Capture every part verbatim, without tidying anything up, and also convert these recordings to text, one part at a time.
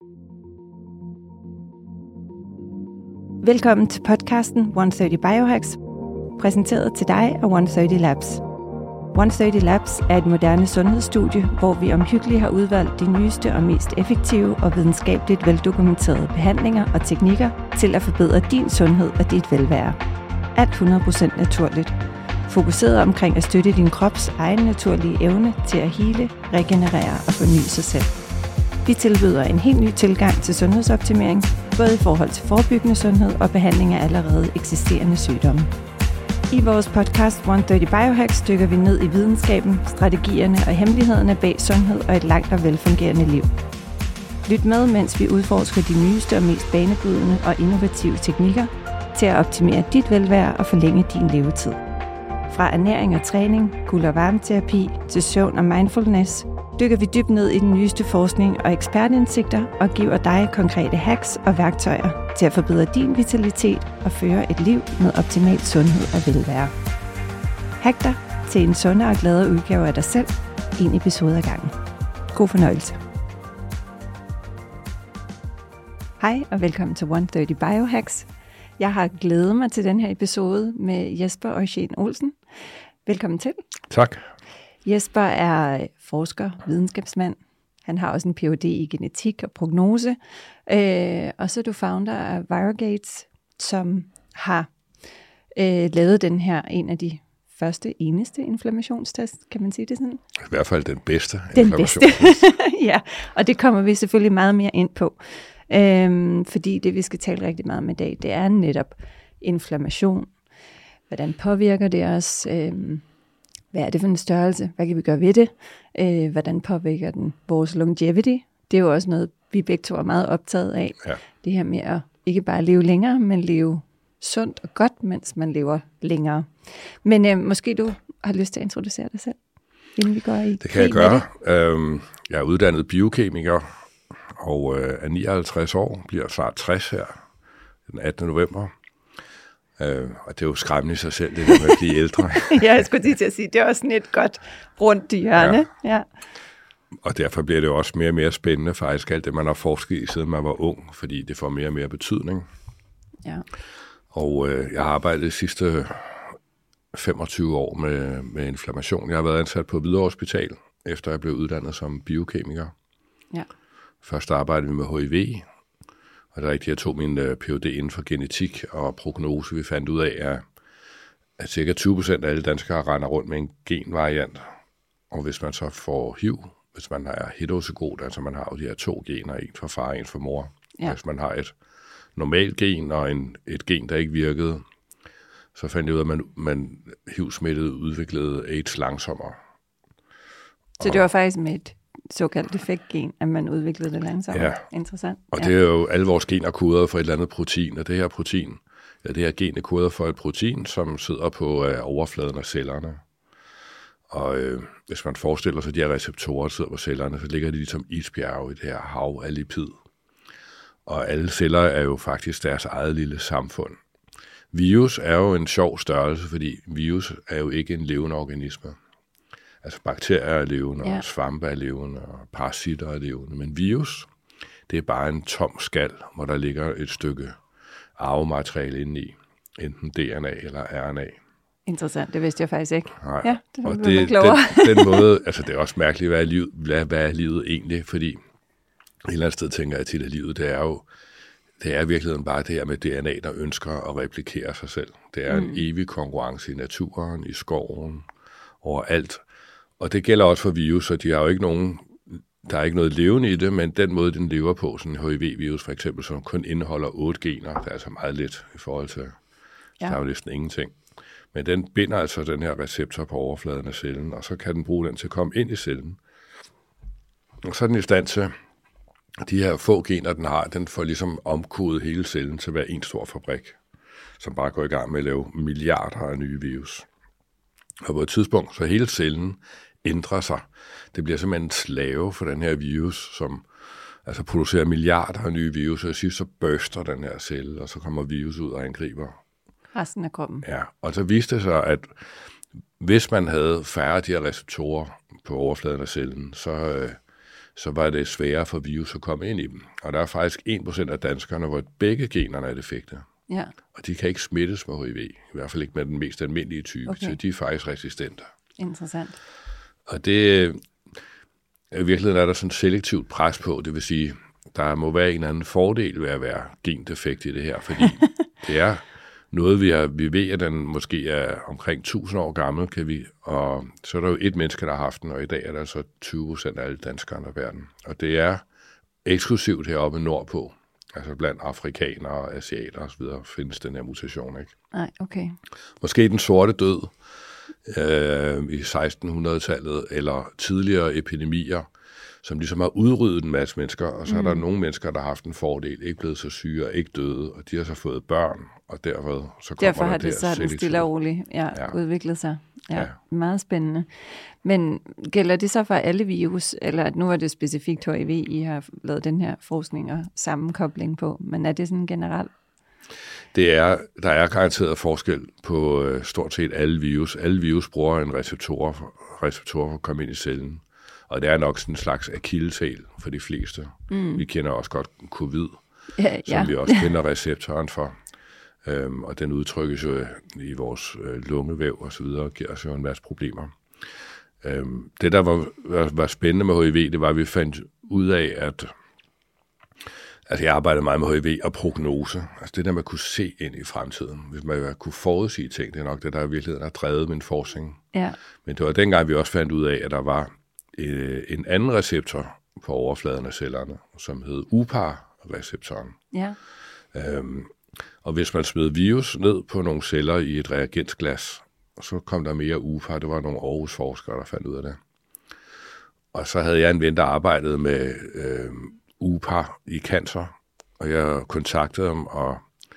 Velkommen til podcasten et hundrede og tredive Biohacks, præsenteret til dig af et hundrede og tredive Labs. et hundrede og tredive Labs er et moderne sundhedsstudie, hvor vi omhyggeligt har udvalgt de nyeste og mest effektive og videnskabeligt veldokumenterede behandlinger og teknikker til at forbedre din sundhed og dit velvære. Alt hundrede procent naturligt. Fokuseret omkring at støtte din krops egen naturlige evne til at hele, regenerere og forny sig selv. Vi tilbyder en helt ny tilgang til sundhedsoptimering, både i forhold til forebyggende sundhed og behandling af allerede eksisterende sygdomme. I vores podcast et hundrede og tredive Biohacks dykker vi ned i videnskaben, strategierne og hemmelighederne bag sundhed og et langt og velfungerende liv. Lyt med, mens vi udforsker de nyeste og mest banebrydende og innovative teknikker til at optimere dit velvære og forlænge din levetid. Fra ernæring og træning, kulde- og varmeterapi til søvn og mindfulness, dykker vi dybt ned i den nyeste forskning og ekspertindsigter og giver dig konkrete hacks og værktøjer til at forbedre din vitalitet og føre et liv med optimal sundhed og velvære. Hack dig til en sundere og gladere udgave af dig selv, en episode ad gangen. God fornøjelse. Hej og velkommen til et hundrede og tredive Biohacks. Jeg har glædet mig til den her episode med Jesper Eugen Olsen. Velkommen til. Tak. Jesper er forsker, videnskabsmand. Han har også en P H D i genetik og prognose. Øh, og så er du founder af ViroGates, som har øh, lavet den her, en af de første, eneste inflammationstest, kan man sige det sådan? I hvert fald den bedste den inflammationstest. Bedste. Ja, og det kommer vi selvfølgelig meget mere ind på. Øh, fordi det, vi skal tale rigtig meget om i dag, det er netop inflammation. Hvordan påvirker det os? Øh, Hvad er det for en størrelse? Hvad kan vi gøre ved det? Øh, hvordan påvirker den vores longevity? Det er jo også noget, vi begge to er meget optaget af. Ja. Det her med at ikke bare leve længere, men leve sundt og godt, mens man lever længere. Men øh, måske du har lyst til at introducere dig selv, inden vi går i. Det kan jeg gøre. Øhm, jeg er uddannet biokemiker og øh, er nioghalvtreds år, bliver snart tres her den attende november. Uh, og det er jo skræmmende i sig selv, det der med at blive ældre. Ja, jeg skulle lige til at sige, det er også sådan et godt rundt hjørne. Ja. Ja. Og derfor bliver det jo også mere og mere spændende faktisk, alt det, man har forsket i, siden man var ung, fordi det får mere og mere betydning. Ja. Og uh, jeg har arbejdet de sidste femogtyve år med, med inflammation. Jeg har været ansat på Hvidovre Hospital, efter jeg blev uddannet som biokemiker. Ja. Først arbejdede vi med H I V, og det er rigtigt, jeg tog min P H D inden for genetik og prognose. Vi fandt ud af, at cirka tyve procent af alle danskere render rundt med en genvariant. Og hvis man så får H I V, hvis man har heterozygot, altså man har jo de her to gener, en for far og en for mor. Ja. Hvis man har et normalt gen og en, et gen, der ikke virkede, så fandt jeg ud af, at man, man H I V-smittet udviklede AIDS langsommere. Så det var faktisk med et såkaldt defektgen, at man udviklede det langsomt. Ja. Interessant. Og ja. Det er jo, alle vores gener kodet for et eller andet protein, og det her protein, ja, det her gen er kodet for et protein, som sidder på øh, overfladen af cellerne. Og øh, hvis man forestiller sig, at de her receptorer sidder på cellerne, så ligger de ligesom isbjerge i det her hav af lipid. Og alle celler er jo faktisk deres eget lille samfund. Virus er jo en sjov størrelse, fordi virus er jo ikke en levende organisme. Altså bakterier er levende, ja. Og svampe er levende, og parasitter er levende. Men virus, det er bare en tom skal, hvor der ligger et stykke arvemateriale inde i. Enten D N A eller R N A. Interessant, det vidste jeg faktisk ikke. Nej. Ja, det og det, den, den måde, altså det er også mærkeligt, hvad er livet, hvad, hvad er livet egentlig? Fordi et eller andet sted tænker jeg til, at livet, det er jo, det er i virkeligheden bare det her med D N A, der ønsker at replikere sig selv. Det er mm. en evig konkurrence i naturen, i skoven, overalt. Og det gælder også for virus, og de har jo ikke nogen, der er ikke noget levende i det, men den måde, den lever på, sådan en H I V-virus for eksempel, som kun indeholder otte gener, det er altså meget lidt i forhold til, ja. Der er jo næsten ingenting. Men den binder altså den her receptor på overfladen af cellen, og så kan den bruge den til at komme ind i cellen. Og så er den i stand til, de her få gener, den har, den får ligesom omkodet hele cellen til at være en stor fabrik, som bare går i gang med at lave milliarder af nye virus. Og på et tidspunkt, så hele cellen ændrer sig. Det bliver simpelthen en slave for den her virus, som altså producerer milliarder af nye virus, og sidst så børster den her celle, og så kommer virus ud og angriber resten af kroppen. Ja, og så viste det sig, at hvis man havde færre af de her receptorer på overfladen af cellen, så, øh, så var det sværere for virus at komme ind i dem. Og der er faktisk en procent af danskerne, hvor begge generne er defekte. Ja. Og de kan ikke smittes med H I V, i hvert fald ikke med den mest almindelige type, okay. Så de er faktisk resistente. Interessant. Og det i virkeligheden er der sådan et selektivt pres på, det vil sige, der må være en eller anden fordel ved at være gendefekt i det her, fordi det er noget, vi, har, vi ved, at den måske er omkring tusind år gammel, kan vi, og så er der jo et menneske, der har haft den, og i dag er der så tyve procent af alle danskere i verden. Og det er eksklusivt heroppe nordpå, altså blandt afrikanere, asiater og så videre, findes den her mutation, ikke? Nej, okay. Måske den sorte død øh, i sekstenhundredetallet, eller tidligere epidemier, som ligesom har udryddet en masse mennesker, og så mm. er der nogle mennesker, der har haft en fordel, ikke blevet så syge og ikke døde, og de har så fået børn, og derved så kommer Derfor der har det så den stille og roligt ja, ja. udviklet sig. Ja, ja. Meget spændende. Men gælder det så for alle virus, eller at nu er det specifikt H I V, I har lavet den her forskning og sammenkobling på, men er det sådan generelt? Det er, der er garanteret forskel på øh, stort set alle virus. Alle virus bruger en receptor for, receptor for at komme ind i cellen. Og det er nok sådan en slags akilleshæl for de fleste. Mm. Vi kender også godt covid, ja, som ja. vi også kender receptoren for. Øhm, og den udtrykkes jo i vores øh, lungevæv og så videre, og giver os jo en masse problemer. Øhm, det, der var, var, var spændende med H I V, det var, at vi fandt ud af, at altså jeg arbejdede meget med H I V og prognose. Altså det der, man kunne se ind i fremtiden. Hvis man kunne forudsige ting, det er nok det, der i virkeligheden har drevet min forskning. Ja. Men det var dengang, vi også fandt ud af, at der var øh, en anden receptor på overfladen af cellerne, som hed U P A R-receptoren. Ja. Øhm, og hvis man smed virus ned på nogle celler i et reagensglas, så kom der mere U P A R. Det var nogle Aarhus-forskere, der fandt ud af det. Og så havde jeg en ven, der arbejdede med øh, U P A R i cancer, og jeg kontaktede dem, og,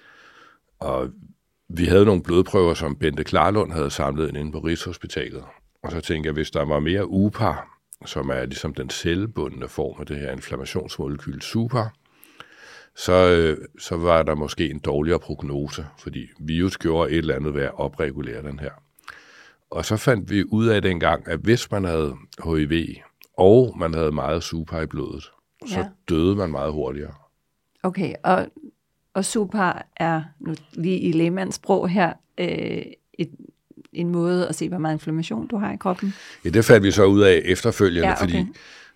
og vi havde nogle blodprøver, som Bente Klarlund havde samlet ind inde på Rigshospitalet. Og så tænkte jeg, hvis der var mere U P A R, som er ligesom den cellebundne form af det her inflammationsmolekyl super, så, øh, så var der måske en dårligere prognose, fordi virus gjorde et eller andet ved at opregulere den her. Og så fandt vi ud af dengang, at hvis man havde H I V, og man havde meget super i blodet, så ja. døde man meget hurtigere. Okay, og, og super er nu lige i lægemandsprog her øh, et, en måde at se, hvor meget inflammation du har i kroppen. Ja, det fandt vi så ud af efterfølgende, ja, okay. fordi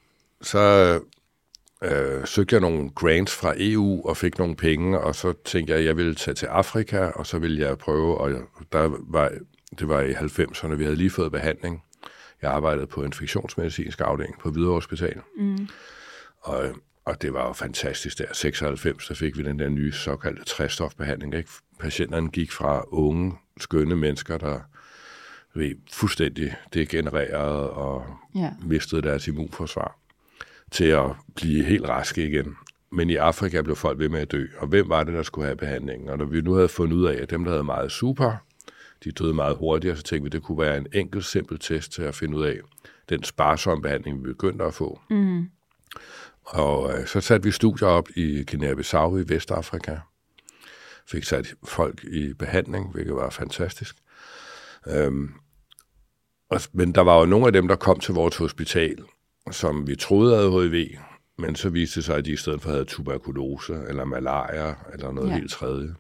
så øh, søgte jeg nogle grants fra E U og fik nogle penge, og så tænkte jeg, at jeg ville tage til Afrika, og så ville jeg prøve, og der var, det var i halvfemserne, vi havde lige fået behandling. Jeg arbejdede på infektionsmedicinsk afdeling på Hvidovre Hospital. Mm. Og, og det var jo fantastisk der. seksoghalvfems, der fik vi den der nye såkaldte træstofbehandling. Ikke? Patienterne gik fra unge, skønne mennesker, der ved, fuldstændig degenererede og ja. mistede deres immunforsvar, til at blive helt raske igen. Men i Afrika blev folk ved med at dø. Og hvem var det, der skulle have behandlingen? Og når vi nu havde fundet ud af, at dem, der havde meget super, de døde meget hurtigere, så tænkte vi, at det kunne være en enkelt, simpel test til at finde ud af den sparsomme behandling, vi begyndte at få. Mm. Og øh, så satte vi studier op i Guinea-Bissau i Vestafrika. Fik sat folk i behandling, hvilket var fantastisk. Øhm, og, men der var jo nogle af dem, der kom til vores hospital, som vi troede havde H I V, men så viste det sig, at de i stedet for havde tuberkulose, eller malaria, eller noget ja. helt tredje.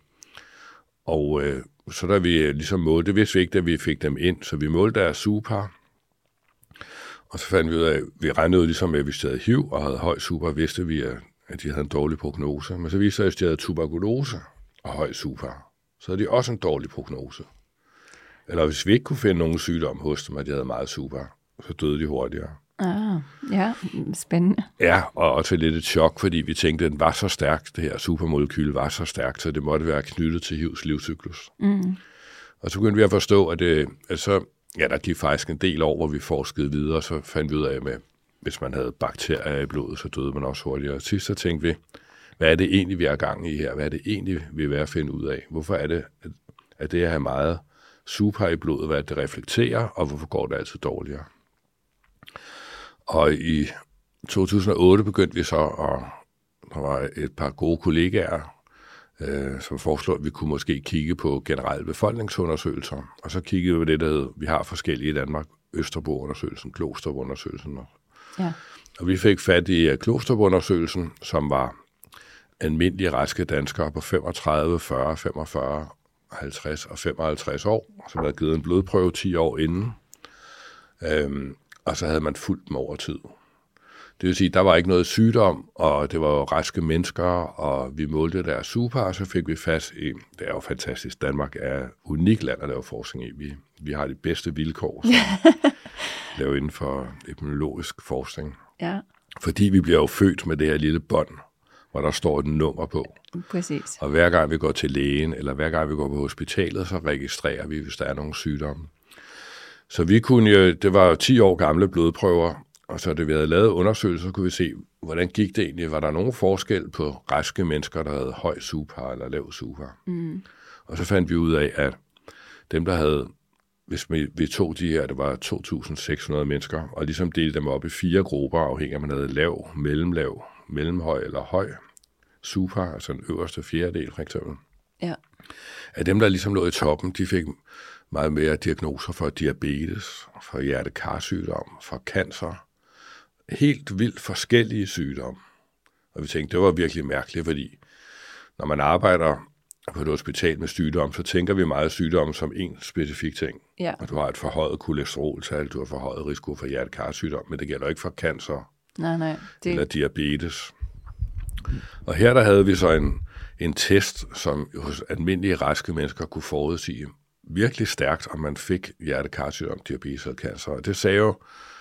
Og øh, så da vi ligesom målte, det vidste vi ikke, da vi fik dem ind, så vi målte deres super. Og så fandt vi ud af, at vi regnede ud ligesom med, at hvis de havde H I V og havde høj super, vidste vi, at de havde en dårlig prognose. Men så viste det, at hvis de havde tuberkulose og høj super, så havde de også en dårlig prognose. Eller hvis vi ikke kunne finde nogen sygdom hos dem, at de havde meget super, så døde de hurtigere. Ah, ja, spændende. Ja, og, og til lidt et chok, fordi vi tænkte, at den var så stærk, det her supermolekyl var så stærkt, så det måtte være knyttet til H I V's livscyklus. Mm. Og så begyndte vi at forstå, at, det, at så, ja, der gik faktisk en del år, hvor vi forskede videre, og så fandt vi ud af, at hvis man havde bakterier i blodet, så døde man også hurtigere. Og sidst så tænkte vi, hvad er det egentlig, vi har gang i her? Hvad er det egentlig, vi er ved at finde ud af? Hvorfor er det, at det at have meget super i blodet, hvad det reflekterer, og hvorfor går det altid dårligere? Og i to tusind og otte begyndte vi så, og der var et par gode kollegaer, øh, som foreslog, at vi kunne måske kigge på generelle befolkningsundersøgelser. Og så kiggede vi på det, der hed, vi har forskellige i Danmark, Østerbro-undersøgelsen, Glostrup-undersøgelsen. Ja. Og vi fik fat i Klostrup-undersøgelsen, som var almindelige raske danskere på femogtredive, fyrre, femogfyrre, halvtreds og femoghalvtreds år, som havde givet en blodprøve ti år inden. Øhm, og så havde man fulgt dem over tid. Det vil sige, der var ikke noget sygdom, og det var jo raske mennesker, og vi målte deres sugepar, og så fik vi fast i, det er jo fantastisk, Danmark er unikt land at lave forskning i. Vi, vi har de bedste vilkår, som laver inden for epidemiologisk forskning. Ja. Fordi vi bliver jo født med det her lille bånd, hvor der står et nummer på. Præcis. Og hver gang vi går til lægen, eller hver gang vi går på hospitalet, så registrerer vi, hvis der er nogle sygdomme. Så vi kunne jo, det var jo ti år gamle blodprøver, og så da vi havde lavet undersøgelser, så kunne vi se, hvordan gik det egentlig? Var der nogen forskel på raske mennesker, der havde høj sugepar eller lav sugepar? Mm. Og så fandt vi ud af, at dem, der havde, hvis vi, vi tog de her, det var to tusind seks hundrede mennesker, og ligesom delte dem op i fire grupper, afhængig af, om man havde lav, mellemlav, mellemhøj eller høj sugepar, altså den øverste fjerdedel for eksempel. Ja. At dem, der ligesom lå i toppen, de fik meget mere diagnoser for diabetes, for hjertekarsygdom, for cancer. Helt vildt forskellige sygdomme. Og vi tænkte, det var virkelig mærkeligt, fordi når man arbejder på et hospital med sygdom, så tænker vi meget sygdomme som en specifik ting. Ja. Og du har et forhøjet kolesteroltal, du har forhøjet risiko for hjertekarsygdom, men det gælder ikke for cancer nej, nej, det... eller diabetes. Og her der havde vi så en, en test, som hos almindelige raske mennesker kunne forudsige virkelig stærkt, om man fik hjertekarsygdom, diabetes eller cancer. Og det sagde jo...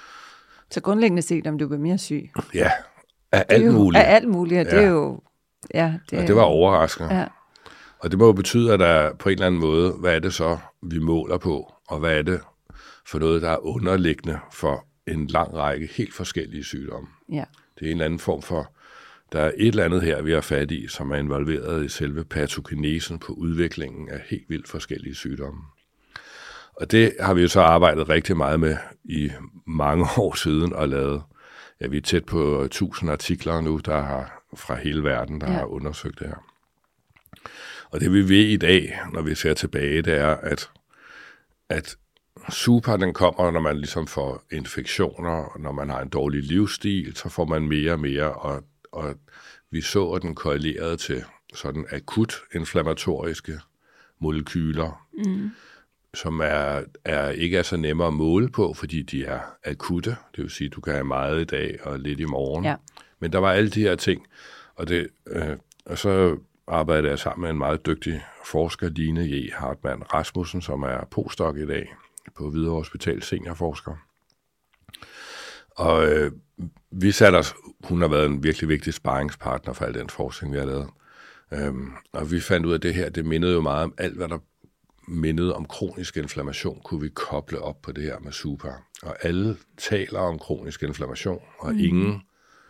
Så grundlæggende set, om du blev mere syg. Ja, af alt muligt. Af alt muligt, og det ja. er jo... Ja, det, og det var overraskende. Ja. Og det må jo betyde, at der på en eller anden måde, hvad er det så, vi måler på, og hvad er det for noget, der er underliggende for en lang række helt forskellige sygdomme. Ja. Det er en eller anden form for... Der er et eller andet her, vi har fat i, som er involveret i selve patogenesen på udviklingen af helt vildt forskellige sygdomme. Og det har vi jo så arbejdet rigtig meget med i mange år siden og lavet. Ja, vi er tæt på tusind artikler nu, der har fra hele verden, der ja. har undersøgt det her. Og det vi ved i dag, når vi ser tilbage, det er, at, at sugepar, den kommer, når man ligesom får infektioner, når man har en dårlig livsstil, så får man mere og mere, og, og vi så, at den korrelerede til sådan akut inflammatoriske molekyler, mm. som er, er ikke er så nemme at måle på, fordi de er akutte. Det vil sige, at du kan have meget i dag og lidt i morgen. Ja. Men der var alle de her ting, og, det, øh, og så arbejdede jeg sammen med en meget dygtig forsker, Line J. Hartmann Rasmussen, som er postdoc i dag på Hvidovre Hospital, seniorforsker. Og øh, vi satte os, hun har været en virkelig vigtig sparringspartner for al den forskning, vi har lavet. Øhm, og vi fandt ud af, at det her, det mindede jo meget om alt, hvad der mindede om kronisk inflammation, kunne vi koble op på det her med sugepar. Og alle taler om kronisk inflammation, og mm. ingen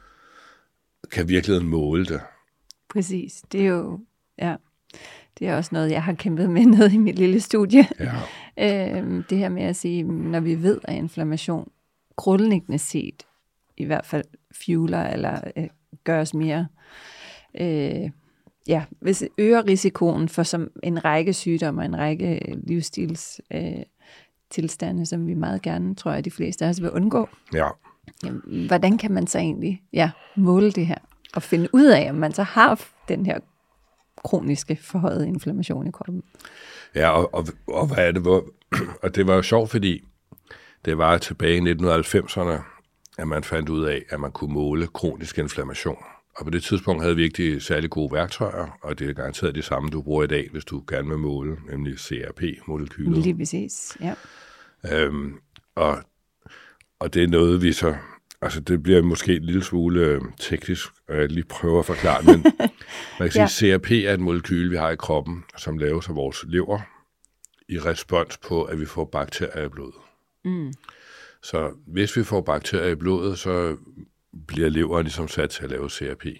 kan virkelig måle det. Præcis. Det er jo, ja, det er også noget, jeg har kæmpet med nede i mit lille studie. Ja. øhm, det her med at sige, når vi ved, at inflammation grundlæggende set i hvert fald fueler eller øh, gør os mere, øh, ja, hvis øger risikoen for som en række sygdomme og en række livsstils øh, tilstande, som vi meget gerne, tror jeg, de fleste af os vil undgå. Ja. Jamen, hvordan kan man så egentlig ja, måle det her og finde ud af, om man så har den her kroniske forhøjede inflammation i kroppen? Ja, og, og, og hvad er det? Hvor, og det var jo sjovt, fordi det var tilbage i nitten halvfemserne, at man fandt ud af, at man kunne måle kronisk inflammation. Og på det tidspunkt havde vi ikke de særlig gode værktøjer, og det er garanteret de samme, du bruger i dag, hvis du gerne vil måle, nemlig C R P-molekylet. Lige præcis, ja. Øhm, og, og det er noget, vi så... Altså, det bliver måske en lille smule øh, teknisk, og jeg lige prøver at forklare, men man kan sige, ja. C R P er et molekyle, vi har i kroppen, som laves af vores lever, i respons på, at vi får bakterier i blodet. Mm. Så hvis vi får bakterier i blodet, så bliver leveren ligesom sat til at lave C R P.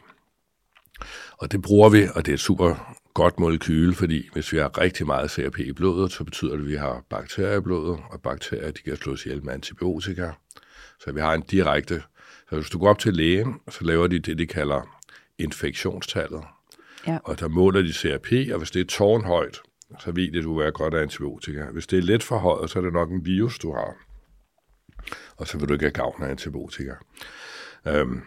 Og det bruger vi, og det er et super godt molekyle, fordi hvis vi har rigtig meget C R P i blodet, så betyder det, at vi har bakterier i blodet, og bakterier, de kan slås ihjel med antibiotika. Så vi har en direkte... Så hvis du går op til lægen, så laver de det, de kalder infektionstallet. Ja. Og der måler de C R P, og hvis det er tårnhøjt, så ved det, at du vil være godt af antibiotika. Hvis det er lidt for højt, så er det nok en virus, du har. Og så vil du ikke have gavn af antibiotika. Øhm,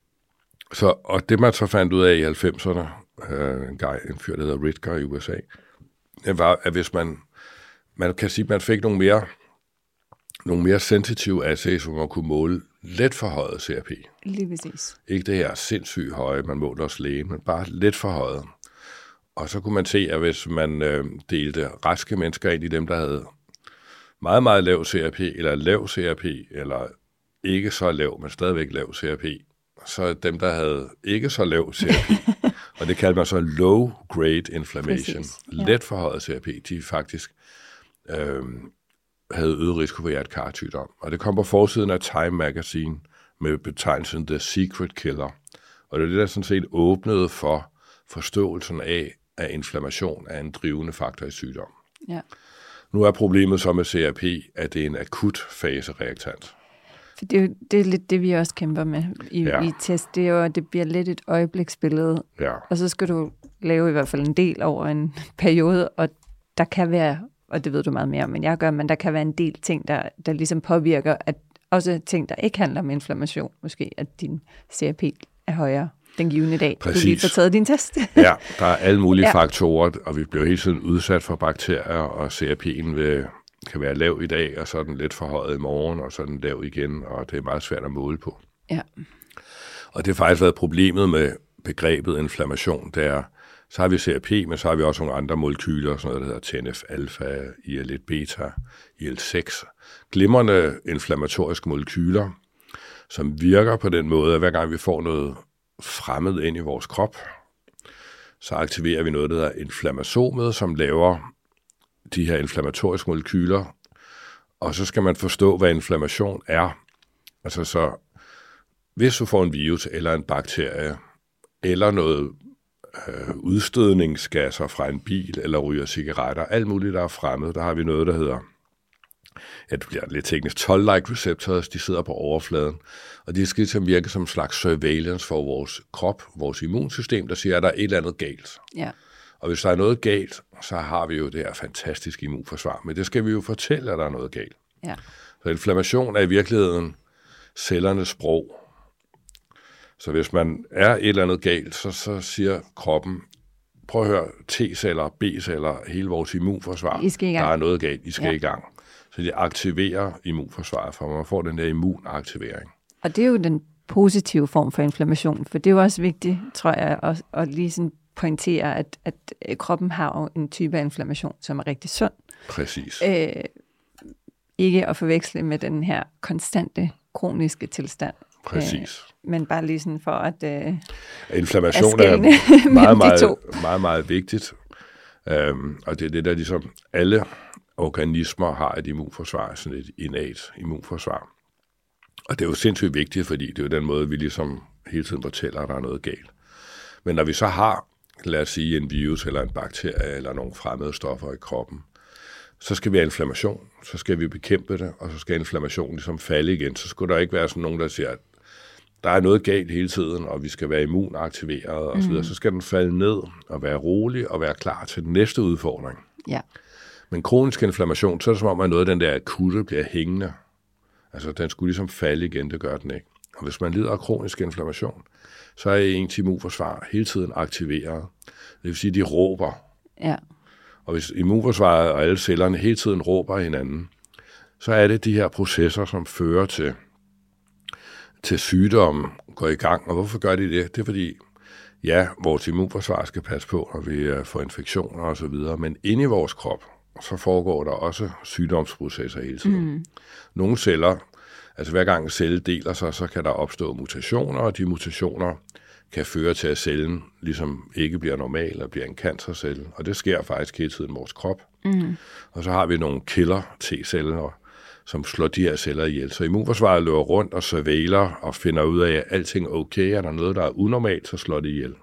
så, og det man så fandt ud af i halvfemserne, øh, en, guy, en fyr, der hedder Ritger i U S A, det var, at hvis man, man kan sige, at man fik nogle mere, nogle mere sensitive assays, hvor man kunne måle let forhøjet C R P. Lige præcis. Ikke det her sindssygt høje, man måler os læge, men bare let forhøjet. Og så kunne man se, at hvis man øh, delte raske mennesker ind i dem, der havde meget, meget lav C R P, eller lav C R P, eller ikke så lav, men stadigvæk lav C R P, så dem, der havde ikke så lav C R P, og det kalder man så low-grade inflammation, Præcis, ja. let forhøjet C R P, de faktisk øh, havde øget risiko for hjertekarsygdom. Og det kom på forsiden af Time Magazine med betegnelsen The Secret Killer. Og det er det, der sådan set åbnede for forståelsen af, at inflammation er en drivende faktor i sygdom. Ja. Nu er problemet så med C R P, at det er en akut fasereaktant. For det er, jo, det er lidt det, vi også kæmper med i, Ja. i test. Det er jo, at det bliver lidt et øjebliksbillede, Ja. og så skal du lave i hvert fald en del over en periode, og der kan være, og det ved du meget mere om, men jeg gør, men der kan være en del ting, der, der ligesom påvirker, at også ting, der ikke handler om inflammation, måske at din C R P er højere den givende dag, Præcis. du lige får taget din test. Ja, der er alle mulige Ja. faktorer, og vi bliver hele tiden udsat for bakterier, og C R P'en vil, kan være lav i dag, og så er den lidt forhøjet i morgen, og så er den lav igen, og det er meget svært at måle på. Ja. Og det har faktisk været problemet med begrebet inflammation, det er, så har vi C R P, men så har vi også nogle andre molekyler, sådan noget, der hedder T N F alfa, I L et beta, I L seks. Glimrende inflammatoriske molekyler, som virker på den måde, at hver gang vi får noget fremmed ind i vores krop, så aktiverer vi noget, der hedder inflammasomet, som laver de her inflammatoriske molekyler, og så skal man forstå, hvad inflammation er. Altså så, hvis du får en virus eller en bakterie, eller noget øh, udstødningsgasser fra en bil, eller ryger cigaretter, alt muligt, der er fremmed, der har vi noget, der hedder, ja, det bliver lidt teknisk, toll-like receptors, de sidder på overfladen, og de skal ligesom virke som en slags surveillance for vores krop, vores immunsystem, der siger, at der er et eller andet galt. Ja. Og hvis der er noget galt, så har vi jo det her fantastiske immunforsvar, men det skal vi jo fortælle, at der er noget galt. Ja. Så inflammation er i virkeligheden cellernes sprog. Så hvis man er et eller andet galt, så, så siger kroppen, prøv at høre, T-celler, B-celler, hele vores immunforsvar, I skal i gang. der er noget galt, I skal Ja. i gang. Så de aktiverer immunforsvaret, for man får den der immunaktivering. Og det er jo den positive form for inflammation, for det er jo også vigtigt, tror jeg, at, at lige sådan pointere, at, at kroppen har jo en type af inflammation, som er rigtig sund. Præcis. Øh, ikke at forveksle med den her konstante, kroniske tilstand. Præcis. Øh, men bare lige sådan for at... Øh, Inflammation at er skelne mellem meget, de meget, to. meget, meget vigtigt. Øhm, og det er det, der ligesom alle organismer har et immunforsvar, sådan et innat immunforsvar. Og det er jo sindssygt vigtigt, fordi det er jo den måde, vi ligesom hele tiden fortæller, at der er noget galt. Men når vi så har, lad os sige, en virus eller en bakterie eller nogle fremmede stoffer i kroppen, så skal vi have inflammation, så skal vi bekæmpe det, og så skal inflammationen ligesom falde igen. Så skulle der ikke være sådan nogen, der siger, at der er noget galt hele tiden, og vi skal være immunaktiveret og så videre. Mm. Så skal den falde ned og være rolig og være klar til den næste udfordring. ja. Men kronisk inflammation, så er det som om, at noget af den der akutte bliver hængende. Altså, den skulle ligesom falde igen, det gør den ikke. Og hvis man lider af kronisk inflammation, så er ens immunforsvar hele tiden aktiveret. Det vil sige, at de råber. Ja. Og hvis immunforsvaret og alle cellerne hele tiden råber hinanden, så er det de her processer, som fører til, til sygdommen går i gang. Og hvorfor gør de det? Det er fordi, ja, vores immunforsvar skal passe på, når vi får infektioner og så videre, men inde i vores krop, så foregår der også sygdomsprocesser hele tiden. Mm. Nogle celler, altså hver gang en celle deler sig, så kan der opstå mutationer, og de mutationer kan føre til, at cellen ligesom ikke bliver normal, eller bliver en cancercelle. Og det sker faktisk hele tiden i vores krop. Mm. Og så har vi nogle killer T-celler, som slår de her celler ihjel. Så immunforsvaret løber rundt og surveiller og finder ud af, at alting er okay, er der noget, der er unormalt, så slår det ihjel.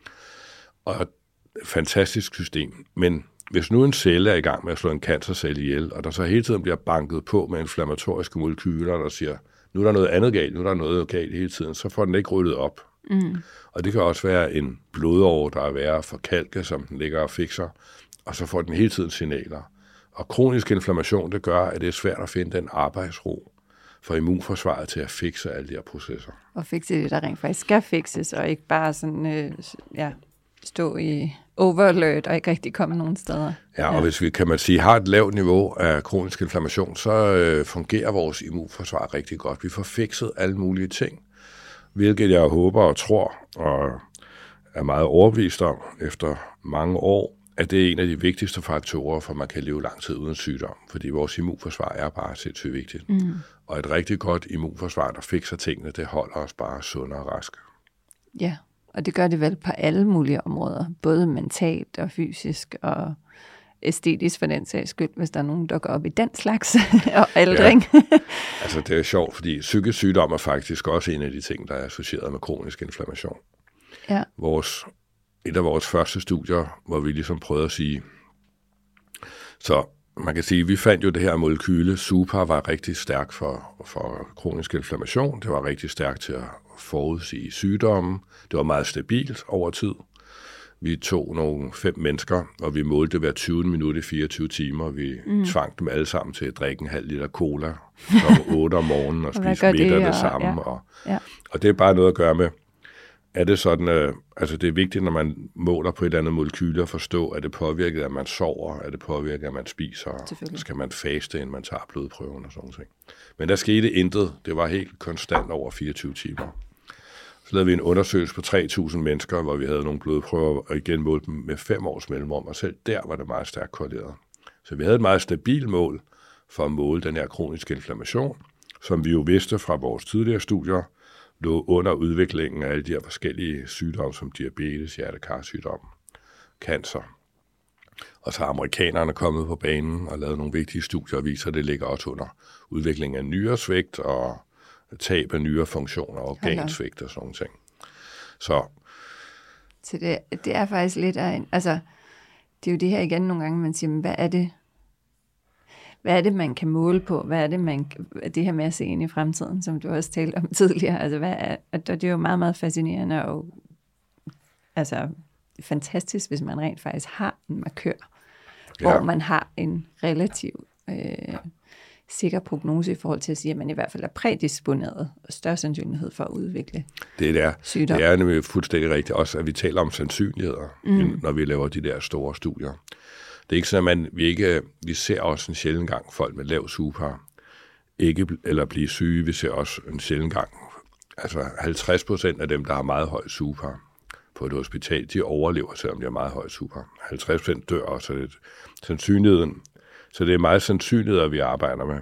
Og fantastisk system. Men hvis nu en celle er i gang med at slå en cancercelle ihjel, og der så hele tiden bliver banket på med inflammatoriske molekyler, der siger, nu er der noget andet galt, nu er der noget galt hele tiden, så får den ikke ryddet op. Mm. Og det kan også være en blodåre, der er værre for kalke, som den ligger og fikser, og så får den hele tiden signaler. Og kronisk inflammation, det gør, at det er svært at finde den arbejdsro, får immunforsvaret til at fikse alle de her processer. Og fikse det, der rent faktisk skal fikses, og ikke bare sådan, øh, ja, stå i overalert og ikke rigtig komme nogen steder. Ja, og ja. hvis vi, kan man sige, har et lavt niveau af kronisk inflammation, så øh, fungerer vores immunforsvar rigtig godt. Vi får fikset alle mulige ting, hvilket jeg håber og tror, og er meget overbevist om efter mange år, at det er en af de vigtigste faktorer, for man kan leve lang tid uden sygdom, fordi vores immunforsvar er bare sindssygt vigtigt. Mm. Og et rigtig godt immunforsvar, der fikser tingene, det holder os bare sunde og raske. Ja, og det gør det vel på alle mulige områder, både mentalt og fysisk og æstetisk for den sags skyld, hvis der er nogen, der går op i den slags og aldring. Ja. Altså det er sjovt, fordi psykisk sygdom er faktisk også en af de ting, der er associeret med kronisk inflammation. Ja. Vores, et af vores første studier, hvor vi ligesom prøvede at sige, så man kan sige, vi fandt jo det her molekyle, SUPAR var rigtig stærk for, for kronisk inflammation, det var rigtig stærkt til at forudsige sygdommen, det var meget stabilt over tid. Vi tog nogle fem mennesker, og vi målte hver tyve minutter i fireogtyve timer. Vi mm. tvang dem alle sammen til at drikke en halv liter cola om otte om morgenen og spise middag det, det samme. Ja. Og, ja. og det er bare noget at gøre med, er det sådan, øh, altså det er vigtigt, når man måler på et eller andet molekyle, at forstå, er det påvirket, at man sover, er det påvirket, at man spiser, skal man faste, inden man tager blodprøven og sådan noget. Men der skete intet. Det var helt konstant over fireogtyve timer. Så lavede vi en undersøgelse på tre tusind mennesker, hvor vi havde nogle blodprøver, og igen målte dem med fem års mellemrum, og selv der var det meget stærkt korreleret. Så vi havde et meget stabilt mål for at måle den her kroniske inflammation, som vi jo vidste fra vores tidligere studier, lå under udviklingen af alle de her forskellige sygdomme, som diabetes, hjertekarsygdom, cancer. Og så er amerikanerne kommet på banen og lavet nogle vigtige studier, og viser, at det ligger også under udviklingen af nyresvigt og tab af nyrefunktioner, organsvigt og sådan ting. Så, så det, det er faktisk lidt af en, altså, det er jo det her igen nogle gange, man siger, men hvad er det, hvad er det, man kan måle på? Hvad er det, man, det her med at se ind i fremtiden, som du også talte om tidligere? Altså, hvad er, det er jo meget, meget fascinerende og altså, fantastisk, hvis man rent faktisk har en markør, ja. hvor man har en relativ øh, sikker prognose i forhold til at sige, at man i hvert fald er prædisponeret og større sandsynlighed for at udvikle det er, sygdom. Det er nemlig fuldstændig rigtigt også, at vi taler om sandsynligheder, mm. når vi laver de der store studier. Det er ikke sådan, at man, vi, ikke, vi ser også en sjælden gang folk med lav SUPAR ikke eller blive syge. Vi ser også en sjælden gang, altså halvtreds procent af dem, der har meget høj SUPAR på et hospital, de overlever, selvom de har meget høj SUPAR. halvtreds procent dør også, så det er sandsynligheden. Så det er meget sandsynligheder, vi arbejder med.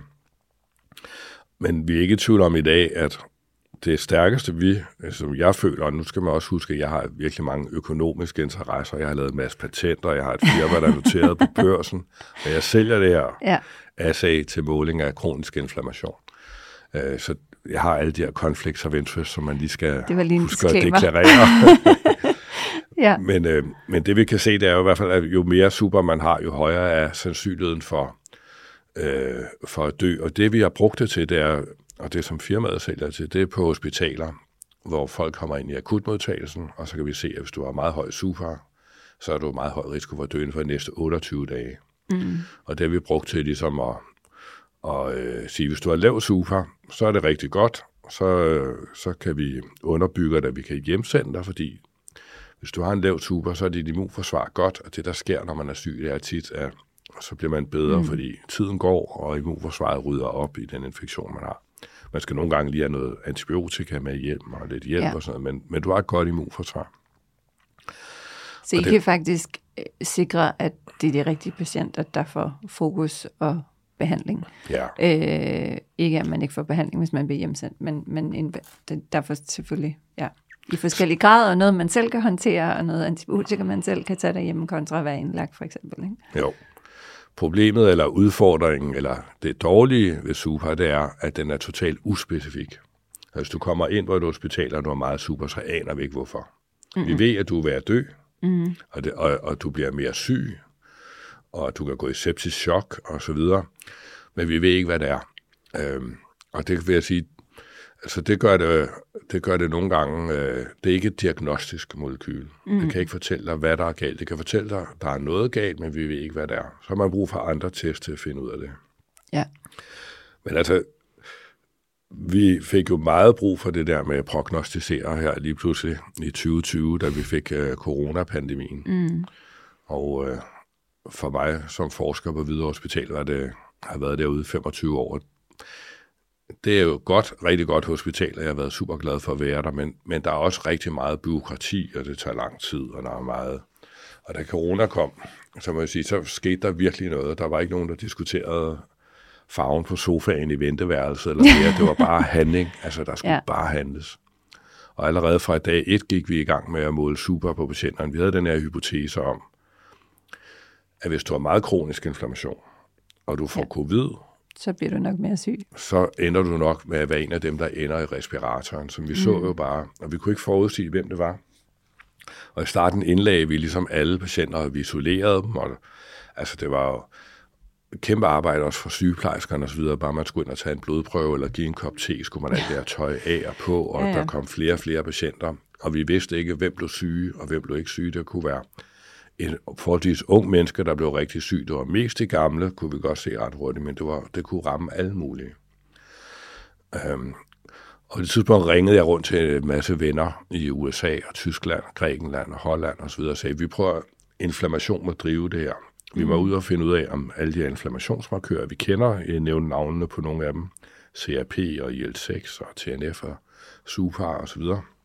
Men vi er ikke i tvivl om i dag, at det stærkeste vi, som jeg føler, og nu skal man også huske, at jeg har virkelig mange økonomiske interesser. Jeg har lavet en masse patenter, jeg har et firma, der er noteret på børsen, og jeg sælger det her ja. assay til måling af kronisk inflammation. Så jeg har alle de her conflicts of interest, som man lige skal lige huske at deklarere. ja. men, øh, men det vi kan se, det er jo i hvert fald, at jo mere super man har, jo højere er sandsynligheden for, øh, for at dø. Og det vi har brugt det til, det er, og det som firmaet sælger til, det er på hospitaler, hvor folk kommer ind i akutmodtagelsen, og så kan vi se, at hvis du har meget høj SUPAR, så er du meget høj risiko for at dø inden for de næste otteogtyve dage. Mm. Og det har vi brugt til ligesom at, at øh, sige, hvis du har lav SUPAR, så er det rigtig godt, så, øh, så kan vi underbygge det, at vi kan hjemsende dig, fordi hvis du har en lav SUPAR, så er dit immunforsvar godt, og det der sker, når man er syg, det er tit, at så bliver man bedre, mm. fordi tiden går, og immunforsvaret rydder op i den infektion, man har. Man skal nogle gange lige have noget antibiotika med hjælp og lidt hjælp ja. og sådan noget, men, men du har et godt immunforsvar. Så I det, kan faktisk sikre, at det er de rigtige patienter, der får fokus og behandling. Ja. Øh, ikke at man ikke får behandling, hvis man bliver hjemsendt, men, men en, derfor selvfølgelig ja, i forskellige grader, og noget man selv kan håndtere, og noget antibiotika man selv kan tage derhjemme kontra at være indlagt for eksempel. Ikke? Jo. Problemet eller udfordringen, eller det dårlige ved SUPAR, det er, at den er totalt uspecifik. Altså, hvis du kommer ind på et hospital, og du har meget SUPAR, så aner vi ikke hvorfor. Mm-hmm. Vi ved, at du er ved at dø, mm-hmm. og, det, og, og du bliver mere syg, og du kan gå i septisk chok, og så videre. Men vi ved ikke, hvad det er. Øhm, og det vil jeg sige, altså det gør det, det gør det nogle gange, øh, det er ikke et diagnostisk molekyl. Mm. Det kan ikke fortælle dig, hvad der er galt. Det kan fortælle dig, der er noget galt, men vi ved ikke, hvad det er. Så har man brug for andre tests til at finde ud af det. Ja. Men altså, vi fik jo meget brug for det der med at prognostisere her lige pludselig i tyve tyve, da vi fik uh, coronapandemien. Mm. Og uh, for mig som forsker på Hvidovre Hospital, var det, har været derude femogtyve år. Det er jo godt, rigtig godt hospital, og jeg har været super glad for at være der, men, men der er også rigtig meget bureaukrati, og det tager lang tid, og der er meget... Og da corona kom, så må jeg sige, så skete der virkelig noget. Der var ikke nogen, der diskuterede farven på sofaen i venteværelset, eller mere. Det var bare handling, altså der skulle ja. bare handles. Og allerede fra dag et gik vi i gang med at måle super på patienterne. Vi havde den her hypotese om, at hvis du har meget kronisk inflammation, og du får ja. covid, så bliver du nok mere syg. Så ender du nok med at være en af dem, der ender i respiratoren, som vi mm. så jo bare. Og vi kunne ikke forudsige, hvem det var. Og i starten indlagde vi ligesom alle patienter, og vi isolerede dem. Og, altså det var jo kæmpe arbejde også for sygeplejerskerne og så videre. Bare man skulle ind og tage en blodprøve eller give en kop te, skulle man alt det her tøj af og på. Og ja, ja. der kom flere og flere patienter. Og vi vidste ikke, hvem blev syge, og hvem blev ikke syge. Det kunne være en forholdsvis ung menneske, der blev rigtig syg. Det var mest de gamle, kunne vi godt se ret hurtigt, men det, var, det kunne ramme alle mulige. Um, og i det tidspunkt ringede jeg rundt til en masse venner i U S A og Tyskland, Grækenland og Holland osv. og sagde, vi prøver inflammation må drive det her. Vi må ud og finde ud af, om alle de her inflammationsmarkører, vi kender, jeg nævner navnene på nogle af dem, C R P og I L seks og T N F og SUPAR osv.,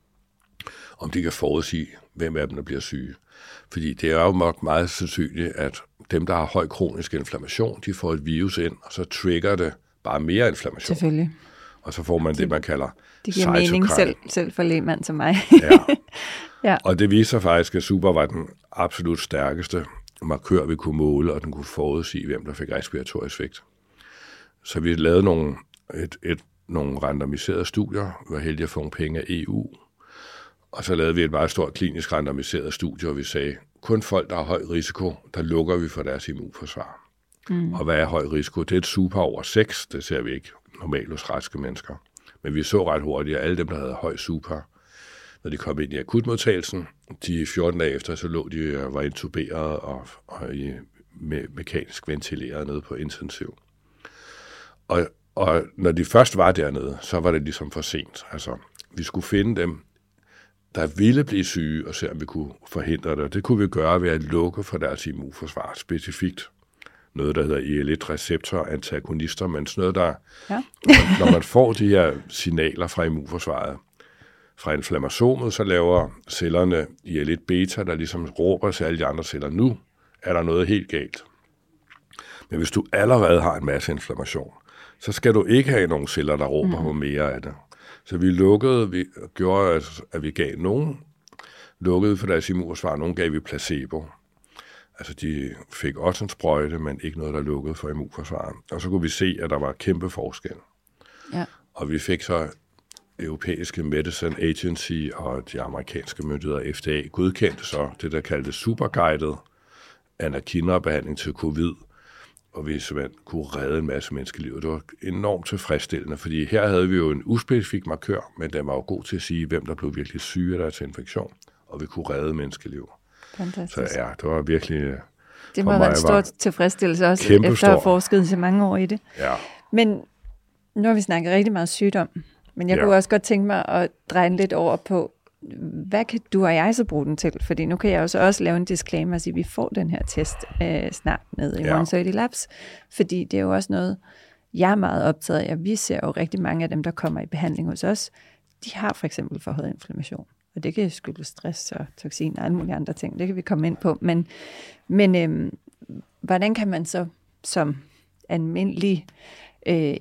om de kan forudsige, hvem af dem der bliver syge. Fordi det er jo nok meget sandsynligt, at dem, der har høj kronisk inflammation, de får et virus ind, og så trigger det bare mere inflammation. Selvfølgelig. Og så får man det, det man kalder det giver cytokine. Mening selv, selv for lægmand som mig. ja. ja. Og det viser faktisk, at super var den absolut stærkeste markør, vi kunne måle, og den kunne forudsige, hvem der fik respiratorisk svigt. Så vi lavede nogle, et, et, nogle randomiserede studier, vi var heldige at få nogle penge af E U, og så lavede vi et meget stort klinisk randomiseret studie, og vi sagde, kun folk, der har høj risiko, der lukker vi for deres immunforsvar. Mm. Og hvad er høj risiko? Det er et super over seks, det ser vi ikke normalt hos raske mennesker. Men vi så ret hurtigt, at alle dem, der havde høj super, når de kom ind i akutmodtagelsen, de fjorten dage efter, så lå de og var intuberet og, og i, me, mekanisk ventileret nede på intensiv. Og, og når de først var dernede, så var det ligesom for sent. Altså, vi skulle finde dem, der ville blive syge, og se, om vi kunne forhindre det. Og det kunne vi gøre ved at lukke for deres immunforsvar specifikt. Noget, der hedder I L et receptor-antagonister, men sådan noget, der, ja. når, når man får de her signaler fra immunforsvaret, fra inflammasomet, så laver cellerne I L et beta, der ligesom råber til alle de andre celler, nu er der noget helt galt. Men hvis du allerede har en masse inflammation, så skal du ikke have nogle celler, der råber mm. på mere af det. Så vi lukkede, vi gjorde, at vi gav nogen, lukkede for deres immunforsvar, nogen gav vi placebo. Altså, de fik også en sprøjte, men ikke noget, der lukkede for immunforsvaret. Og så kunne vi se, at der var kæmpe forskel. Ja. Og vi fik så europæiske Medicine Agency og de amerikanske myndigheder F D A godkendte så det, der kaldtes superguided anakinra-behandling til covid, og vi simpelthen kunne redde en masse menneskeliv. Det var enormt tilfredsstillende, fordi her havde vi jo en uspecifik markør, men den var jo god til at sige, hvem der blev virkelig syge af deres infektion, og vi kunne redde menneskeliv. Fantastisk. Så ja, det var virkelig... Det må være en stor tilfredsstillelse også, efter at have forsket så mange år i det. Ja. Men nu har vi snakket rigtig meget sygdom, men jeg ja. kunne også godt tænke mig at dreje lidt over på, hvad kan du og jeg så bruge den til? Fordi nu kan jeg også, også lave en disclaimer og sige, at vi får den her test øh, snart ned i ja. one thirty Labs, fordi det er jo også noget, jeg er meget optaget af. Vi ser jo rigtig mange af dem, der kommer i behandling hos os, de har for eksempel forhøjet inflammation. Og det kan skyldes stress og toxin og alle mulige andre ting. Det kan vi komme ind på. Men, men øhm, hvordan kan man så som almindelig øh,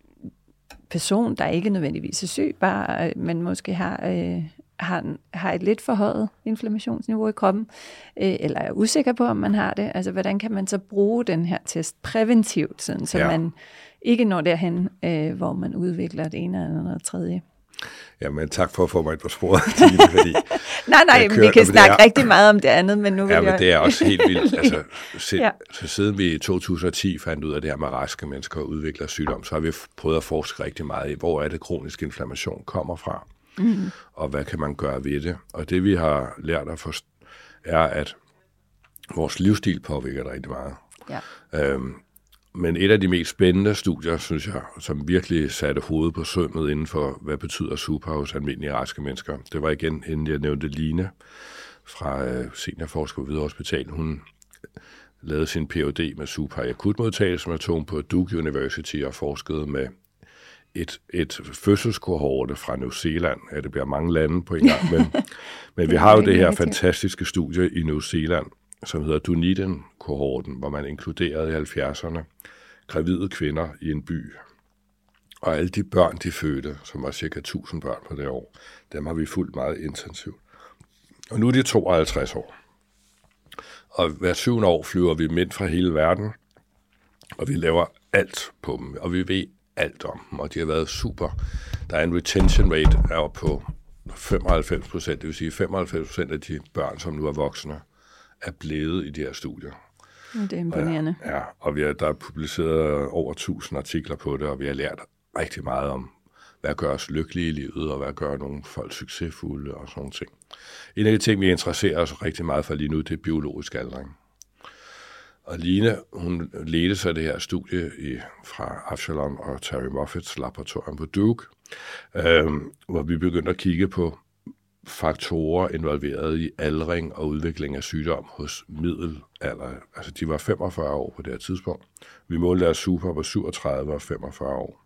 person, der ikke nødvendigvis er syg, bare, øh, men måske har, øh, har, har et lidt forhøjet inflammationsniveau i kroppen, øh, eller er usikker på, om man har det, altså hvordan kan man så bruge den her test præventivt, sådan, så ja. man ikke når derhen, øh, hvor man udvikler det ene eller noget tredje? Jamen, tak for at få mig på sporet, Tine, fordi... nej, nej, kører, vi kan snakke er, rigtig meget om det andet, men nu vil ja, jeg... men det er også helt vildt. Altså, se, ja. så siden vi i to tusind og ti fandt ud af det her med raske mennesker og udvikler sygdom, så har vi prøvet at forske rigtig meget i, hvor er det kronisk inflammation kommer fra, mm-hmm. og hvad kan man gøre ved det. Og det, vi har lært at forstå, er, at vores livsstil påvirker det rigtig meget. Ja. Øhm, men et af de mest spændende studier, synes jeg, som virkelig satte hovedet på sømmet inden for, hvad betyder super hos almindelige raske mennesker, det var igen, inden jeg nævnte Line fra øh, seniorforsker på Hvidovre Hospital. Hun lavede sin P H D med super i akutmodtagelse, som jeg tog på Duke University og forskede med et, et fødselskohorte fra New Zealand. Ja, det bliver mange lande på en gang, men, men vi har jo det her fantastiske studie i New Zealand, som hedder Dunedin-kohorten, hvor man inkluderede i halvfjerdserne gravide kvinder i en by. Og alle de børn, de fødte, som var cirka tusind børn på det år, dem har vi fulgt meget intensivt. Og nu er de tooghalvtreds år. Og hver syvende år flyver vi mænd fra hele verden, og vi laver alt på dem, og vi ved alt om dem, og de har været super. Der er en retention rate er på femoghalvfems procent, det vil sige femoghalvfems procent af de børn, som nu er voksne, er blevet i de her studier. Det er imponerende. Og, ja, og vi har, der er publiceret over tusind artikler på det, og vi har lært rigtig meget om, hvad gør os lykkelige i livet, og hvad gør nogle folk succesfulde og sådan nogle ting. En af de ting, vi interesserer os rigtig meget for lige nu, det er biologisk aldring. Og Line, hun ledte sig det her studie i, fra Avshalom og Terry Moffats laboratorium på Duke, øh, hvor vi begyndte at kigge på faktorer involveret i aldring og udvikling af sygdom hos middelalder. Altså, de var femogfyrre år på det her tidspunkt. Vi målte deres super på syvogtredive og femogfyrre år.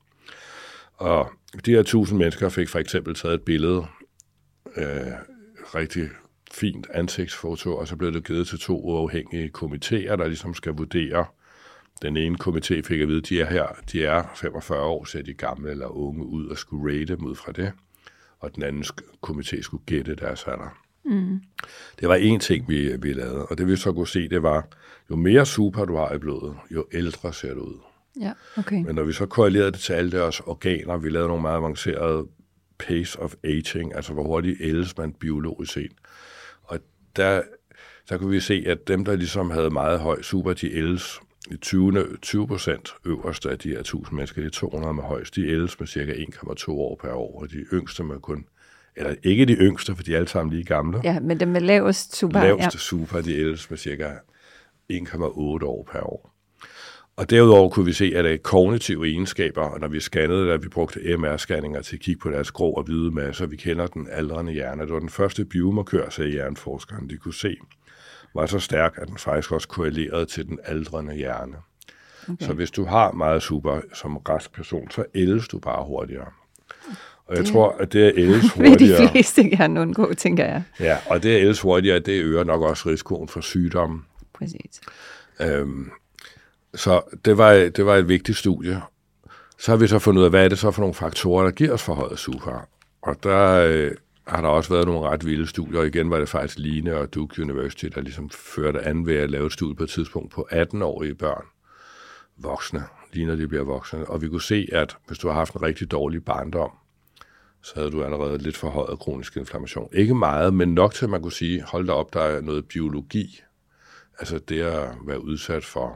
Og de her tusind mennesker fik for eksempel taget et billede, øh, rigtig fint ansigtsfoto, og så blev det givet til to uafhængige komitéer, der ligesom skal vurdere. Den ene komité fik at vide, at de er her, de er femogfyrre år, ser de gamle eller unge ud og skulle rate dem ud fra det. Og den anden komité skulle gætte deres alder. Mm. Det var en ting, vi, vi lavede, og det vi så kunne se, det var, jo mere super du har i blodet, jo ældre ser du ud. Ja, okay. Men når vi så korrelerede det til alle deres organer, vi lavede nogle meget avancerede pace of aging, altså hvor hurtigt ældes man biologisk set. Og der, der kunne vi se, at dem, der ligesom havde meget høj super, de ældes i tyve procent øverst af de her tusind mennesker, de to hundrede med højst, de ældes med cirka en komma to år per år, og de yngste med kun, eller ikke de yngste, for de er alle sammen lige gamle. Ja, men dem med lavest super. Laveste ja. super, de ældes med cirka en komma otte år per år. Og derudover kunne vi se, at der er kognitive egenskaber, og når vi scannede det, vi brugte M R-scanninger til at kigge på deres grå og hvide masser, vi kender den aldrende hjerne. Det var den første biomarkør, sagde hjerneforskeren, de kunne se, var så stærk, at den faktisk også korrelerede til den aldrende hjerne. Okay. Så hvis du har meget super som rask person, så ældes du bare hurtigere. Og jeg det tror, at det at ældes hurtigere... vil de fleste gerne undgå, tænker jeg. Ja, og det at ældes hurtigere, det øger nok også risikoen for sygdomme. Præcis. Øhm, Så det var, det var et vigtigt studie. Så har vi så fundet ud af, hvad er det så for nogle faktorer, der giver os forhøjet super. Og der øh, har der også været nogle ret vilde studier, og igen var det faktisk Line og Duke University, der ligesom førte an ved at lave et studie på et tidspunkt på atten-årige børn, voksne, lige når de bliver voksne. Og vi kunne se, at hvis du har haft en rigtig dårlig barndom, så havde du allerede lidt forhøjet kronisk inflammation. Ikke meget, men nok til, at man kunne sige, hold da op, der er noget biologi. Altså det at være udsat for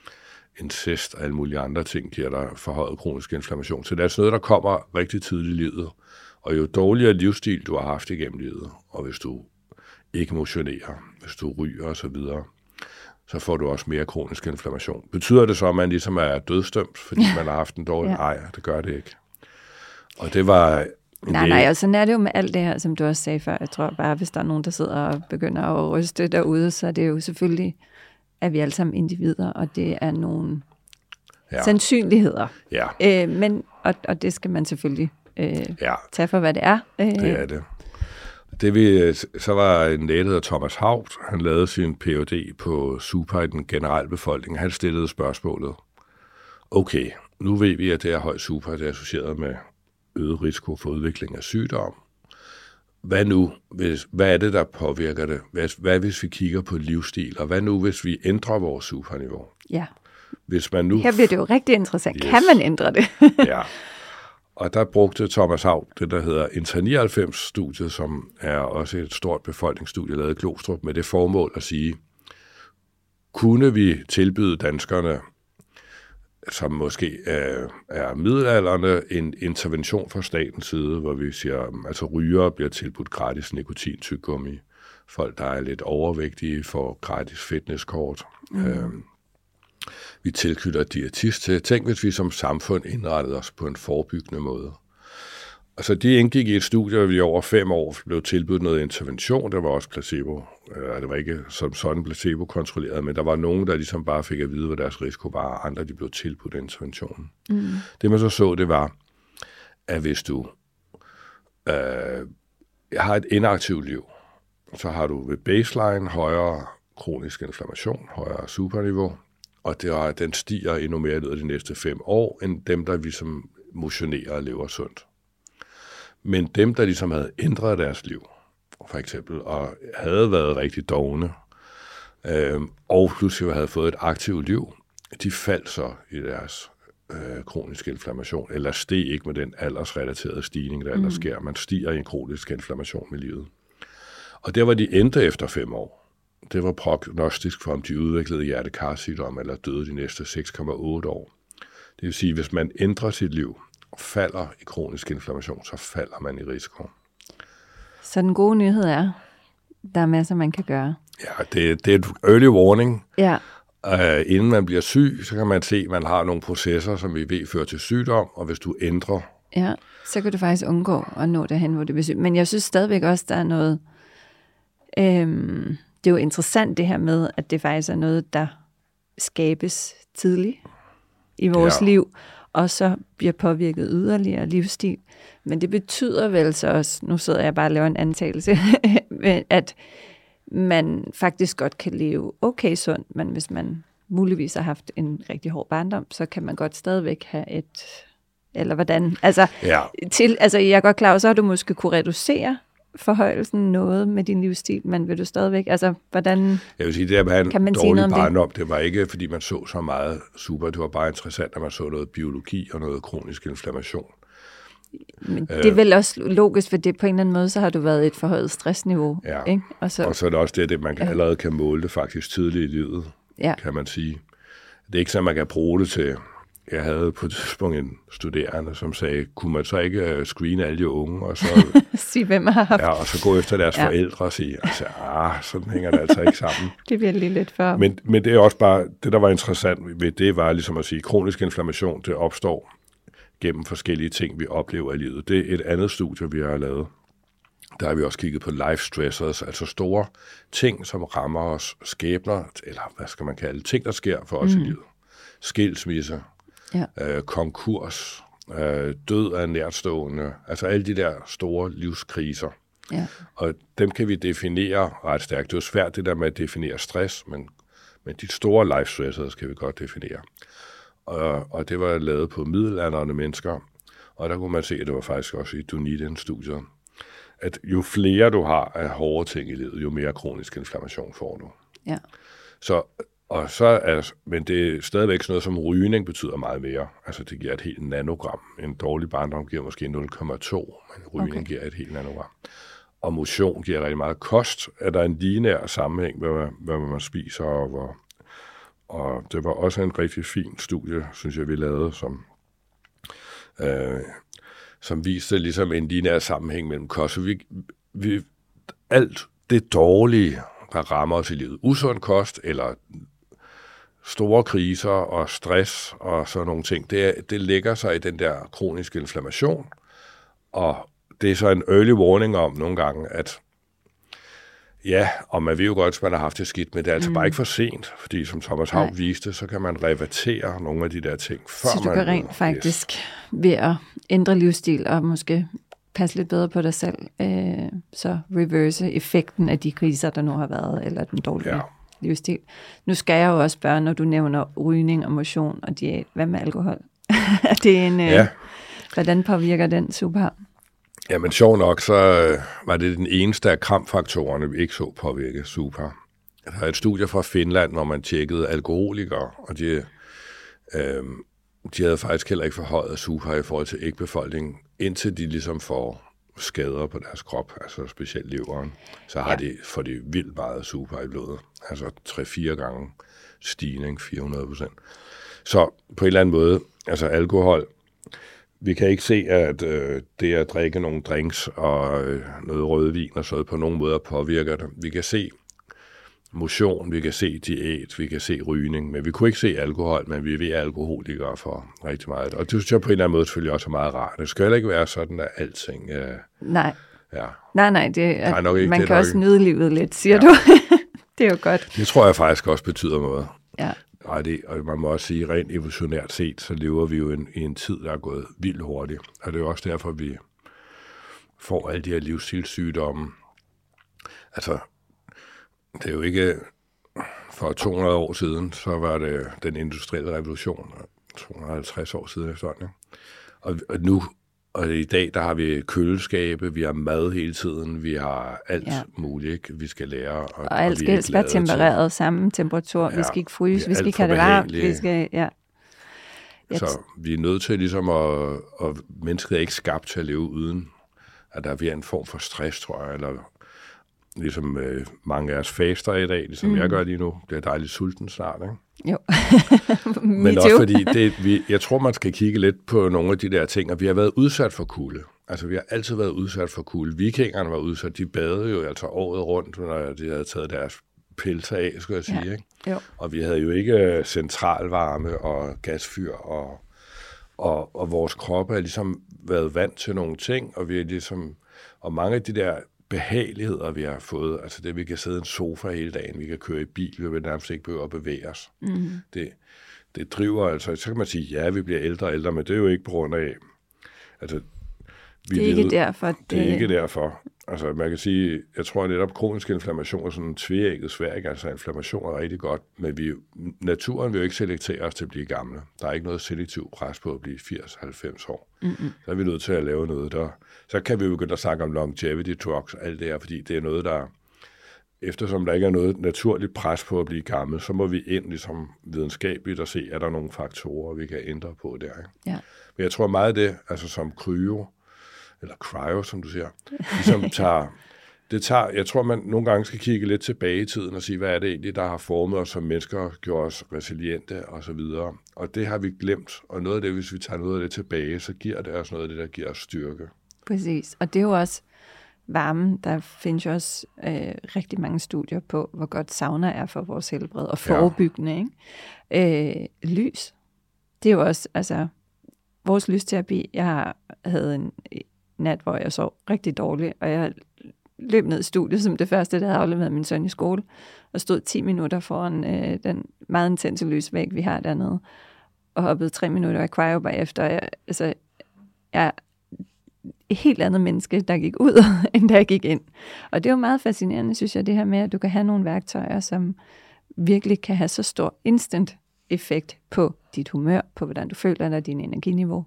incest og alle mulige andre ting, giver dig forhøjet kronisk inflammation. Så det er altså noget, der kommer rigtig tidligt i livet. Og jo dårligere livsstil du har haft igennem livet, og hvis du ikke motionerer, hvis du ryger og så videre, så får du også mere kronisk inflammation. Betyder det så, at man ligesom er dødsdømt, fordi man har haft en dårlig? Ja. Nej, det gør det ikke. Og det var... Nej, nej, og sådan er det jo med alt det her, som du også sagde før. Jeg tror bare, hvis der er nogen, der sidder og begynder at ryste derude, så er det jo selvfølgelig, at vi alle sammen individer, og det er nogle ja. sandsynligheder. Ja. Øh, men, og, og det skal man selvfølgelig øh, ja. tage for, hvad det er. Øh, det er det. Det vi, så var en læge, der hedder Thomas Haupt, han lavede sin P H D på super i den generelle befolkning. Han stillede spørgsmålet, okay, nu ved vi, at det er høj super, det er associeret med øget risiko for udvikling af sygdom. Hvad nu, hvis, hvad er det, der påvirker det? Hvad, hvad hvis vi kigger på livsstil? Og hvad nu, hvis vi ændrer vores superniveau? Ja. Hvis man nu... Her bliver det jo rigtig interessant. Yes. Kan man ændre det? Ja. Og der brugte Thomas Haupt det, der hedder Inter nioghalvfems-studiet, som er også et stort befolkningsstudie, lavet i Glostrup, med det formål at sige, kunne vi tilbyde danskerne, som måske er, er middelaldrende, en intervention fra statens side, hvor vi siger, altså rygere bliver tilbudt gratis nikotin-tyggegummi. Folk, der er lidt overvægtige, får gratis fitnesskort. Mm. Øhm, vi tilknytter diætist til. Tænk, hvis vi som samfund indrettede os på en forebyggende måde. Altså, de indgik i et studie, hvor vi over fem år blev tilbudt noget intervention. Der var også placebo. Det var ikke som sådan placebo-kontrolleret, men der var nogen, der ligesom bare fik at vide, hvad deres risiko var, og andre, de blev tilbudt interventionen. Mm. Det, man så så, det var, at hvis du øh, har et inaktivt liv, så har du ved baseline højere kronisk inflammation, højere superniveau, og det er, den stiger endnu mere i løbet af de næste fem år, end dem, der ligesom motionerer og lever sundt. Men dem, der ligesom havde ændret deres liv, for eksempel, og havde været rigtig dovne, øh, og pludselig havde fået et aktivt liv, de faldt så i deres øh, kroniske inflammation, eller steg ikke med den aldersrelaterede stigning, der mm. ellers sker. Man stiger i en kronisk inflammation med livet. Og der var de endte efter fem år. Det var prognostisk for, om de udviklede hjertekarsygdom eller døde de næste seks komma otte år. Det vil sige, hvis man ændrer sit liv og falder i kronisk inflammation, så falder man i risiko. Så den gode nyhed er, der er masser, man kan gøre. Ja, det, det er et early warning. Ja. Uh, inden man bliver syg, så kan man se, at man har nogle processer, som vi ved fører til sygdom, og hvis du ændrer... Ja, så kan du faktisk undgå at nå derhen, hvor det bliver syg. Men jeg synes stadigvæk også, der er noget... Øhm, det er jo interessant det her med, at det faktisk er noget, der skabes tidligt i vores ja. liv, og så bliver påvirket yderligere livsstil. Men det betyder vel så også, nu sidder jeg bare og laver en antagelse, at man faktisk godt kan leve okay sundt, men hvis man muligvis har haft en rigtig hård barndom, så kan man godt stadigvæk have et, eller hvordan, altså, ja. til, altså jeg er godt klar, så har du måske kunne reducere forhøjelsen noget med din livsstil, men vil du stadigvæk, altså hvordan jeg vil sige, det er kan man sige noget om barndom. Det? det var ikke, fordi man så så meget super, det var bare interessant, at man så noget biologi og noget kronisk inflammation. Men det er vel også logisk, for det på en eller anden måde, så har du været et forhøjet stressniveau. Ja, ikke? Og, så, og så er det også det, at man kan, allerede kan måle det faktisk tidligt i livet, ja. kan man sige. Det er ikke så, at man kan bruge det til... Jeg havde på et tidspunkt en studerende, som sagde, kunne man så ikke screene alle de unge, og så, sige, hvem har haft. Ja, og så gå efter deres ja. forældre og sige, altså, ah, sådan hænger det altså ikke sammen. Det bliver lige lidt for... Men, men det er også bare, det der var interessant ved det, var ligesom at sige, kronisk inflammation, det opstår gennem forskellige ting, vi oplever i livet. Det er et andet studie, vi har lavet. Der har vi også kigget på life stressors, altså store ting, som rammer os, skæbner, eller hvad skal man kalde, ting, der sker for os mm. i livet. Skilsmisse, ja. øh, konkurs, øh, død af nærtstående, altså alle de der store livskriser. Ja. Og dem kan vi definere ret stærkt. Det er jo svært det der med at definere stress, men, men de store life stressors kan vi godt definere. Og, og det var lavet på middelaldrende mennesker, og der kunne man se, at det var faktisk også i Dunedin-studiet, at jo flere du har af hårde ting i livet, jo mere kronisk inflammation får du. Ja. Så, og så er, men det er stadigvæk sådan noget som rygning betyder meget mere. Altså det giver et helt nanogram. En dårlig barndom giver måske nul komma to, men rygning okay. giver et helt nanogram. Og motion giver rigtig meget kost. Er der en lineær sammenhæng, hvad, hvad man spiser, og hvor... Og det var også en rigtig fin studie, synes jeg, vi lavede, som, øh, som viste ligesom en lineær sammenhæng mellem kost. Så vi, vi, alt det dårlige, der rammer os i livet, usund kost eller store kriser og stress og sådan nogle ting, det, det lægger sig i den der kroniske inflammation. Og det er så en early warning om nogle gange, at ja, og man ved jo godt, at man har haft det skidt, men det er altså mm. bare ikke for sent, fordi som Thomas Havn viste, så kan man revertere nogle af de der ting, før man... Så du kan rent faktisk ved at ændre livsstil og måske passe lidt bedre på dig selv, øh, så reverse effekten af de kriser, der nu har været, eller den dårlige ja. livsstil. Nu skal jeg jo også spørge, når du nævner rygning og motion og diæt, hvad med alkohol? det er en, øh, ja. Hvordan påvirker den super? Ja, men sjov nok, så øh, var det den eneste af kramfaktorerne, vi ikke så påvirke super. Der er et studie fra Finland, hvor man tjekkede alkoholikere, og de, øh, de havde faktisk heller ikke forhøjet super i forhold til ikke-befolkningen, indtil de ligesom får skader på deres krop, altså specielt leveren. Så har ja. de, får de vildt meget super i blodet, altså tre-fire gange stigning, fire hundrede procent. Så på en eller anden måde, altså alkohol, vi kan ikke se, at øh, det at drikke nogle drinks og øh, noget rødvin og sådan på nogen måde påvirker det. Vi kan se, motion, vi kan se diæt, vi kan se rygning, men vi kunne ikke se alkohol, men vi er alkoholikere for rigtig meget. Og det synes jeg på en eller anden måde selvfølgelig også er meget rart. Det skal heller ikke være sådan, at alting... Øh, nej. Ja. nej, nej, det er, nej ikke, man det kan også ikke. nyde livet lidt, siger ja. du. Det er jo godt. Det tror jeg faktisk også betyder noget. Ja. Og, det, og man må også sige, rent evolutionært set, så lever vi jo en, i en tid, der er gået vildt hurtigt. Og det er jo også derfor, vi får alle de her livsstilssygdomme. Altså, det er jo ikke... For to hundrede år siden, så var det den industrielle revolution, to hundrede og halvtreds år siden efterhånden. Og, og nu, og i dag, der har vi køleskabe, vi har mad hele tiden, vi har alt ja. muligt, ikke? Vi skal lære. Og, og alt skal helst være tempereret, samme temperatur, ja, vi skal ikke fryse, vi, vi skal ikke have det varmt, vi skal, ja. Så vi er nødt til ligesom at, og mennesket er ikke skabt til at leve uden, at der er en form for stress, tror jeg, eller ligesom øh, mange af os faster i dag, ligesom mm. jeg gør lige nu. Det er dejligt sulten snart, ikke? Jo. Men også fordi, det, vi, jeg tror, man skal kigge lidt på nogle af de der ting, og vi har været udsat for kulde. Altså, vi har altid været udsat for kulde. Vikingerne var udsat, de badede jo altså året rundt, når de havde taget deres pelser af, skulle jeg sige, ja. ikke? Jo. Og vi havde jo ikke centralvarme og gasfyr, og, og, og vores kroppe har ligesom været vant til nogle ting, og vi er ligesom, og mange af de der behageligheder, vi har fået, altså det, vi kan sidde i en sofa hele dagen, vi kan køre i bil, vi vil nærmest ikke behøve at bevæge os. Mm. Det, det driver altså, så kan man sige, ja, vi bliver ældre og ældre, men det er jo ikke på grund af, altså, vi det er ikke ved, derfor. Det... det er ikke derfor. Altså, man kan sige, jeg tror netop, kronisk inflammation er sådan en tveægget svær, ikke? Altså, inflammation er rigtig godt, men vi, naturen vil jo ikke selektere os til at blive gamle. Der er ikke noget selektivt pres på at blive firs til halvfems år. Mm-hmm. Så er vi nødt til at lave noget, der... Så kan vi jo begynde at snakke om longevity drugs og alt det her, fordi det er noget, der... Eftersom der ikke er noget naturligt pres på at blive gammel, så må vi ind ligesom videnskabeligt og se, er der nogle faktorer, vi kan ændre på der. Ikke? Ja. Men jeg tror meget af det, altså som cryo, eller cryo, som du siger, ligesom tager, det tager, jeg tror, man nogle gange skal kigge lidt tilbage i tiden og sige, hvad er det egentlig, der har formet os som mennesker, gjort os resiliente og så videre. Og det har vi glemt, og noget af det, hvis vi tager noget af det tilbage, så giver det os noget af det, der giver os styrke. Præcis, og det er jo også varmen. Der findes jo også øh, rigtig mange studier på, hvor godt sauna er for vores helbred, og forebyggende, ja. ikke? Øh, lys, det er jo også, altså, vores lysterapi, jeg havde en nat, hvor jeg sov rigtig dårligt, og jeg løb ned i studiet som det første, der havde afleveret min søn i skole, og stod ti minutter foran øh, den meget intense lysvæg, vi har dernede, og hoppede tre minutter af cryo bagefter. Jeg, altså, jeg er et helt andet menneske, der gik ud, end der gik ind. Og det er jo meget fascinerende, synes jeg, det her med, at du kan have nogle værktøjer, som virkelig kan have så stor instant effekt på dit humør, på hvordan du føler dig, din energiniveau.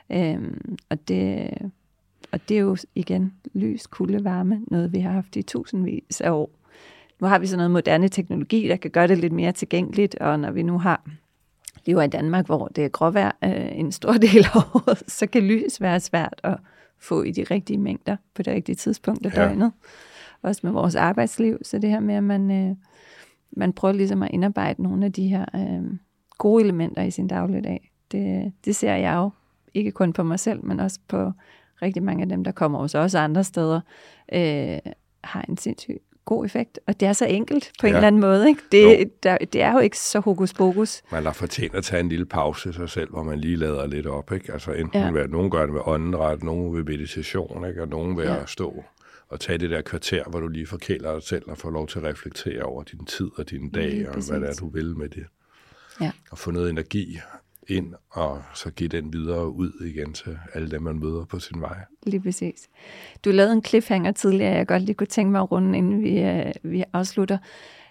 Øhm, og det... Og det er jo igen lys, kulde, varme, noget vi har haft i tusindvis af år. Nu har vi så noget moderne teknologi, der kan gøre det lidt mere tilgængeligt, og når vi nu har lever i Danmark, hvor det er gråvejr øh, en stor del af året, så kan lys være svært at få i de rigtige mængder på det rigtige tidspunkt af døgnet. Ja. Også med vores arbejdsliv, så det her med, at man, øh, man prøver ligesom at indarbejde nogle af de her øh, gode elementer i sin dagligdag. Det, det ser jeg jo ikke kun på mig selv, men også på rigtig mange af dem, der kommer hos os andre steder, øh, har en sindssygt god effekt. Og det er så enkelt på en ja. eller anden måde. Ikke? Det, der, det er jo ikke så hokus pokus. Man har fortjent at tage en lille pause sig selv, hvor man lige lader lidt op. Ikke? Altså enten ja. ved, nogen gør det med åndedræt, nogen ved meditation, ikke? Og nogen ved ja. at stå og tage det der kvarter, hvor du lige forkæler dig selv og får lov til at reflektere over din tid og dine dage, og hvad det er, du vil med det. Ja. Og få noget energi ind, og så give den videre ud igen til alle dem, man møder på sin vej. Lige præcis. Du lavede en cliffhanger tidligere, jeg godt lige kunne tænke mig at runde, inden vi, uh, vi afslutter.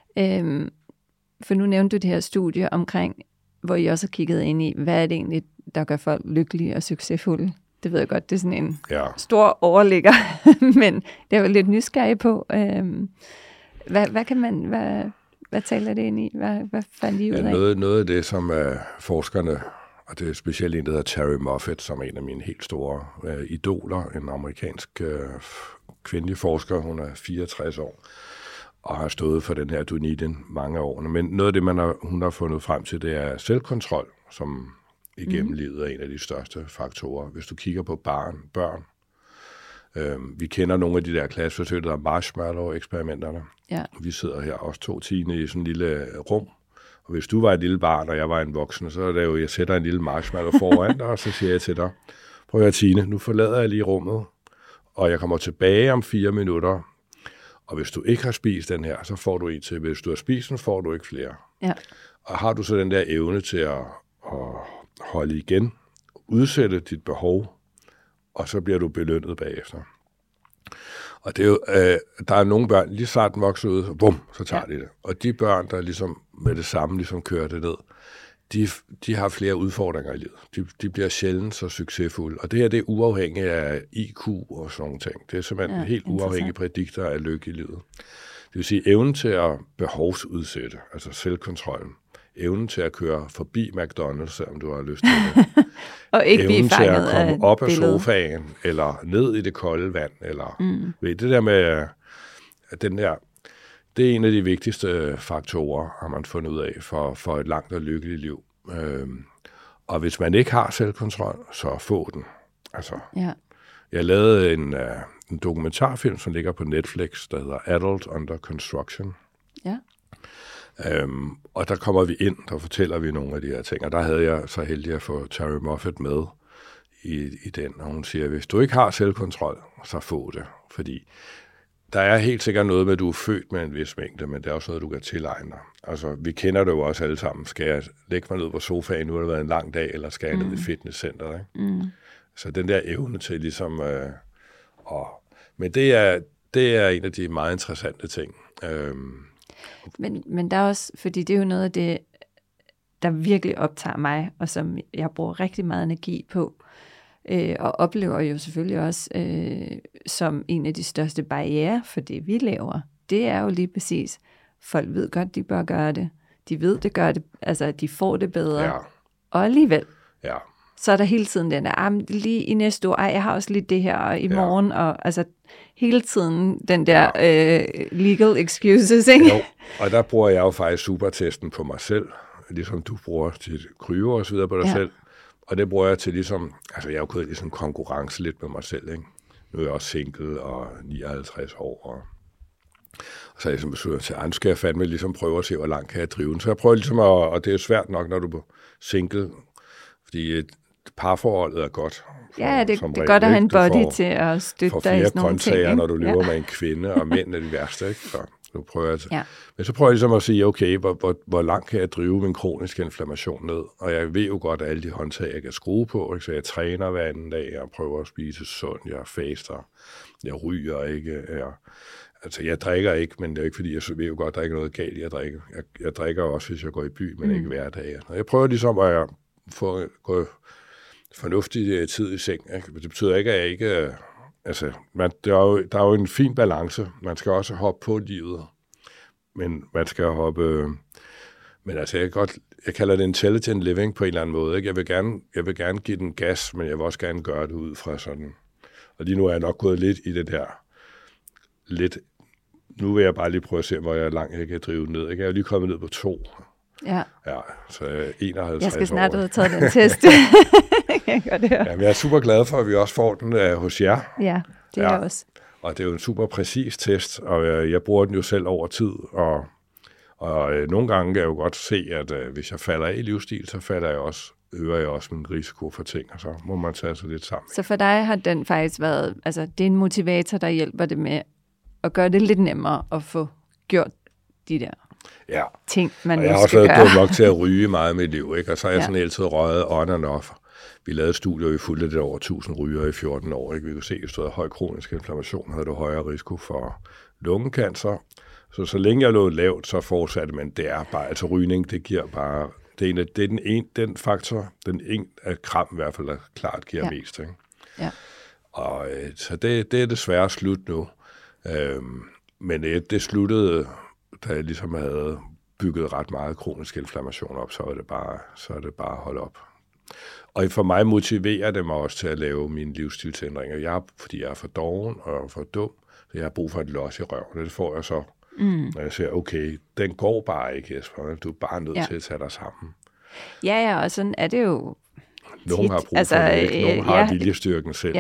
Øhm, for nu nævnte du det her studie omkring, hvor I også har kigget ind i, hvad er det egentlig, der gør folk lykkelige og succesfulde? Det ved jeg godt, det er sådan en ja. stor overligger, men det er jo lidt nysgerrig på. Øhm, hvad, hvad kan man... Hvad, Hvad taler det ind i? Hvad, hvad fandt I ud af? Ja, noget, noget af det, som uh, forskerne, og det er specielt en, der hedder Terry Moffat, som er en af mine helt store uh, idoler, en amerikansk uh, kvindelig forsker, hun er fireogtres år, og har stået for den her Dunedin mange år. Men noget af det, man har, hun har fundet frem til, det er selvkontrol, som igennem mm. livet er en af de største faktorer. Hvis du kigger på barn, børn, Øh, vi kender nogle af de der klasseforsøg, der er marshmallow-eksperimenterne. Ja. Vi sidder her også to tiende i sådan en lille rum. Og hvis du var et lille barn, og jeg var en voksen, så er det jo, jeg sætter en lille marshmallow foran dig, og så siger jeg til dig, prøv at høre, Tine, nu forlader jeg lige rummet, og jeg kommer tilbage om fire minutter, og hvis du ikke har spist den her, så får du en til. Hvis du har spist den, får du ikke flere. Ja. Og har du så den der evne til at, at holde igen, udsætte dit behov, og så bliver du belønnet bagefter. Og det er jo, øh, der er nogle børn, lige snart den vokser ud, så bum, så tager ja. de det. Og de børn, der ligesom med det samme ligesom kører det ned, de, de har flere udfordringer i livet. De, de bliver sjældent så succesfulde. Og det her, det er uafhængigt af I Q og sådan nogle ting. Det er simpelthen ja, helt uafhængig prædiktor af lykke i livet. Det vil sige evnen til at behovsudsætte, altså selvkontrollen. Evnen til at køre forbi McDonald's, selvom du har lyst til det. Og ikke evnen til at komme af op af billede. sofaen, eller ned i det kolde vand. Eller, mm. ved det der med at den der, det er en af de vigtigste faktorer, har man fundet ud af, for, for et langt og lykkeligt liv. Øhm, og hvis man ikke har selvkontrol, så få den. Altså, ja. Jeg lavede en, uh, en dokumentarfilm, som ligger på Netflix, der hedder Adult Under Construction. Ja. Øhm, og der kommer vi ind, der fortæller vi nogle af de her ting, og der havde jeg så heldig at få Terry Moffat med i, i den, og hun siger, hvis du ikke har selvkontrol, så få det, fordi der er helt sikkert noget med, at du er født med en vis mængde, men det er også noget, du kan tilegne dig. Altså, vi kender det jo også alle sammen. Skal jeg lægge mig ned på sofaen, nu har det været en lang dag, eller skal jeg mm. ned i fitnesscenteret, ikke? Mm. Så den der evne til ligesom, øh, og, men det er, det er en af de meget interessante ting. Øhm, Men, men der er også, fordi det er jo noget af det, der virkelig optager mig, og som jeg bruger rigtig meget energi på, øh, og oplever jo selvfølgelig også øh, som en af de største barrierer for det, vi laver. Det er jo lige præcis, folk ved godt, de bør gøre det. De ved, det gør det, altså de får det bedre. Ja. Og alligevel, ja. så er der hele tiden den der, ah, lige i næste år, ej, jeg har også lige det her, og i ja. morgen, og altså hele tiden den der ja. øh, legal excuses, ikke? Jo, og der bruger jeg jo faktisk supertesten på mig selv, ligesom du bruger til kryve og så videre på dig ja. selv. Og det bruger jeg til ligesom, altså jeg er jo gået i sådan konkurrence lidt med mig selv, ikke? Nu er jeg også single og nioghalvtreds år, og, og så er jeg ligesom besluttet til, at skal jeg fandme ligesom prøve at se, hvor langt kan jeg drive den. Så jeg prøver ligesom at, og det er svært nok, når du er single, fordi et parforholdet er godt. For, ja, det, det er godt at have en body får, til at støtte dig i sådan nogle ting. For flere grøntsager, når du lever ja. med en kvinde, og mænd er de værste, ikke? Så nu prøver jeg ja. Men så prøver jeg ligesom at sige, okay, hvor, hvor, hvor langt kan jeg drive min kroniske inflammation ned? Og jeg ved jo godt, at alle de håndtag, jeg kan skrue på, ikke? Så jeg træner hver anden dag, jeg prøver at spise sundt, jeg faster, jeg ryger ikke, jeg, altså jeg drikker ikke, men det er ikke fordi, jeg ved jo godt, der er ikke noget galt i at drikke. Jeg, jeg drikker også, hvis jeg går i by, men mm. ikke hver dag. Og jeg prøver ligesom at jeg får gå fornuftig tid i seng. Ikke? Det betyder ikke, at jeg ikke... Altså, man, der, er jo, der er jo en fin balance. Man skal også hoppe på livet. Men man skal hoppe... Men altså, jeg, godt, jeg kalder det intelligent living på en eller anden måde. Ikke? Jeg, vil gerne, jeg vil gerne give den gas, men jeg vil også gerne gøre det ud fra sådan... Og lige nu er jeg nok gået lidt i det der... Lidt... Nu vil jeg bare lige prøve at se, hvor jeg langt jeg kan drive ned. Ikke? Jeg er lige kommet ned på to. Ja. Ja, så jeg er enoghalvtreds år. Jeg skal snart ud og tage den test. Jeg gør det her. Ja, men jeg er super glad for, at vi også får den uh, hos jer. Ja, det er ja. jeg også. Og det er jo en super præcis test, og uh, jeg bruger den jo selv over tid. Og, og uh, nogle gange kan jeg jo godt se, at uh, hvis jeg falder af i livsstil, så falder jeg også, øger jeg også min risiko for ting, og så må man tage sig lidt sammen. Så for dig har den faktisk været, altså det er en motivator, der hjælper det med at gøre det lidt nemmere at få gjort de der ja. ting, man og jeg har også været dum nok til at ryge meget med mit liv, ikke? Og så har jeg ja. sådan altid røget on and off. Vi lavede studier, vi fulgte det over tusind ryger i fjorten år, ikke? Vi kunne se, at hvis du havde høj kronisk inflammation, havde du højere risiko for lungekancer. Så så længe jeg lå lavt, så fortsatte man, det er bare, altså rygning, det giver bare, det er, en, det er den, en, den faktor, den en af kram i hvert fald, der klart giver ja. mest, ikke? Ja. Og så det, det er desværre slut nu. Øhm, men det, det sluttede, da jeg ligesom havde bygget ret meget kronisk inflammation op, så er det bare, så er det bare at holde op. Og for mig motiverer det mig også til at lave mine livsstilsændringer. Jeg, fordi jeg er for doven og for dum, så jeg har brug for et los i røven. Det får jeg så, mm. når jeg siger, okay, den går bare ikke, Jesper. Du er bare nødt ja. til at tage dig sammen. Ja, ja, og sådan er det jo Nogle har brug altså, for det, ikke? Nogle har ja, viljestyrken selv. Ja.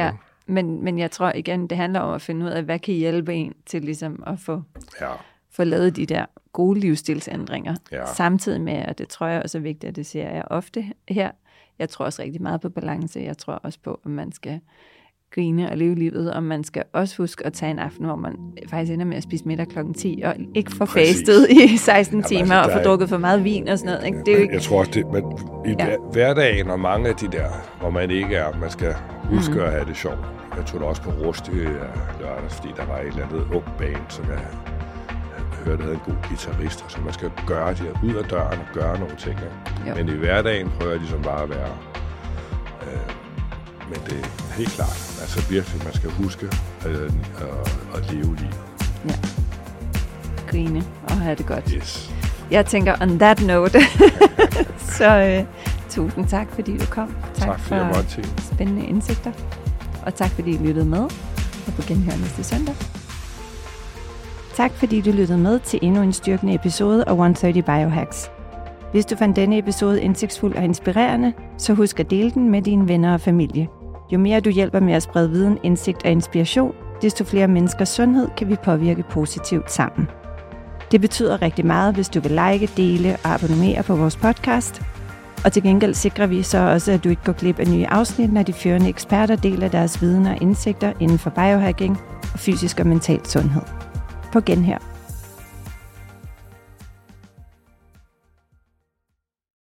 Men, men jeg tror igen, det handler om at finde ud af, hvad kan hjælpe en til ligesom at få, ja. få lavet de der gode livsstilsændringer. Ja. Samtidig med, og det tror jeg også er vigtigt, at det siger jeg ofte her, jeg tror også rigtig meget på balance. Jeg tror også på, at man skal grine og leve livet, og man skal også huske at tage en aften, hvor man faktisk ender med at spise middag klokken ti, og ikke få fastet i seksten timer, altså, og få drukket for meget vin og sådan noget. Ikke? Det er jo ikke... Jeg tror også, det, men i ja. hverdagen, og mange af de der, hvor man ikke er, man skal huske mm. at have det sjovt. Jeg tog det også på Rust i lørdags, fordi der var et eller andet ung band, som jeg hørte havde en god guitarist, så man skal gøre det ud af døren og gøre nogle ting. Men i hverdagen prøver jeg ligesom bare at være... Øh, men det er helt klart, altså virkelig, man skal huske øh, at, at leve livet. Ja. Grine og have det godt. Yes. Jeg tænker, on that note, så øh, tusind tak, fordi du kom. Tak, tak fordi jeg måtte til. Spændende indsigter. Og tak, fordi I lyttede med. Og på genhør næste søndag. Tak, fordi du lyttede med til endnu en styrkende episode af et hundrede og tredive Biohacks. Hvis du fandt denne episode indsigtsfuld og inspirerende, så husk at dele den med dine venner og familie. Jo mere du hjælper med at sprede viden, indsigt og inspiration, desto flere menneskers sundhed kan vi påvirke positivt sammen. Det betyder rigtig meget, hvis du vil like, dele og abonnere på vores podcast. Og til gengæld sikrer vi så også, at du ikke går glip af nye afsnit, når de førende eksperter deler deres viden og indsigter inden for biohacking og fysisk og mental sundhed. På genhør.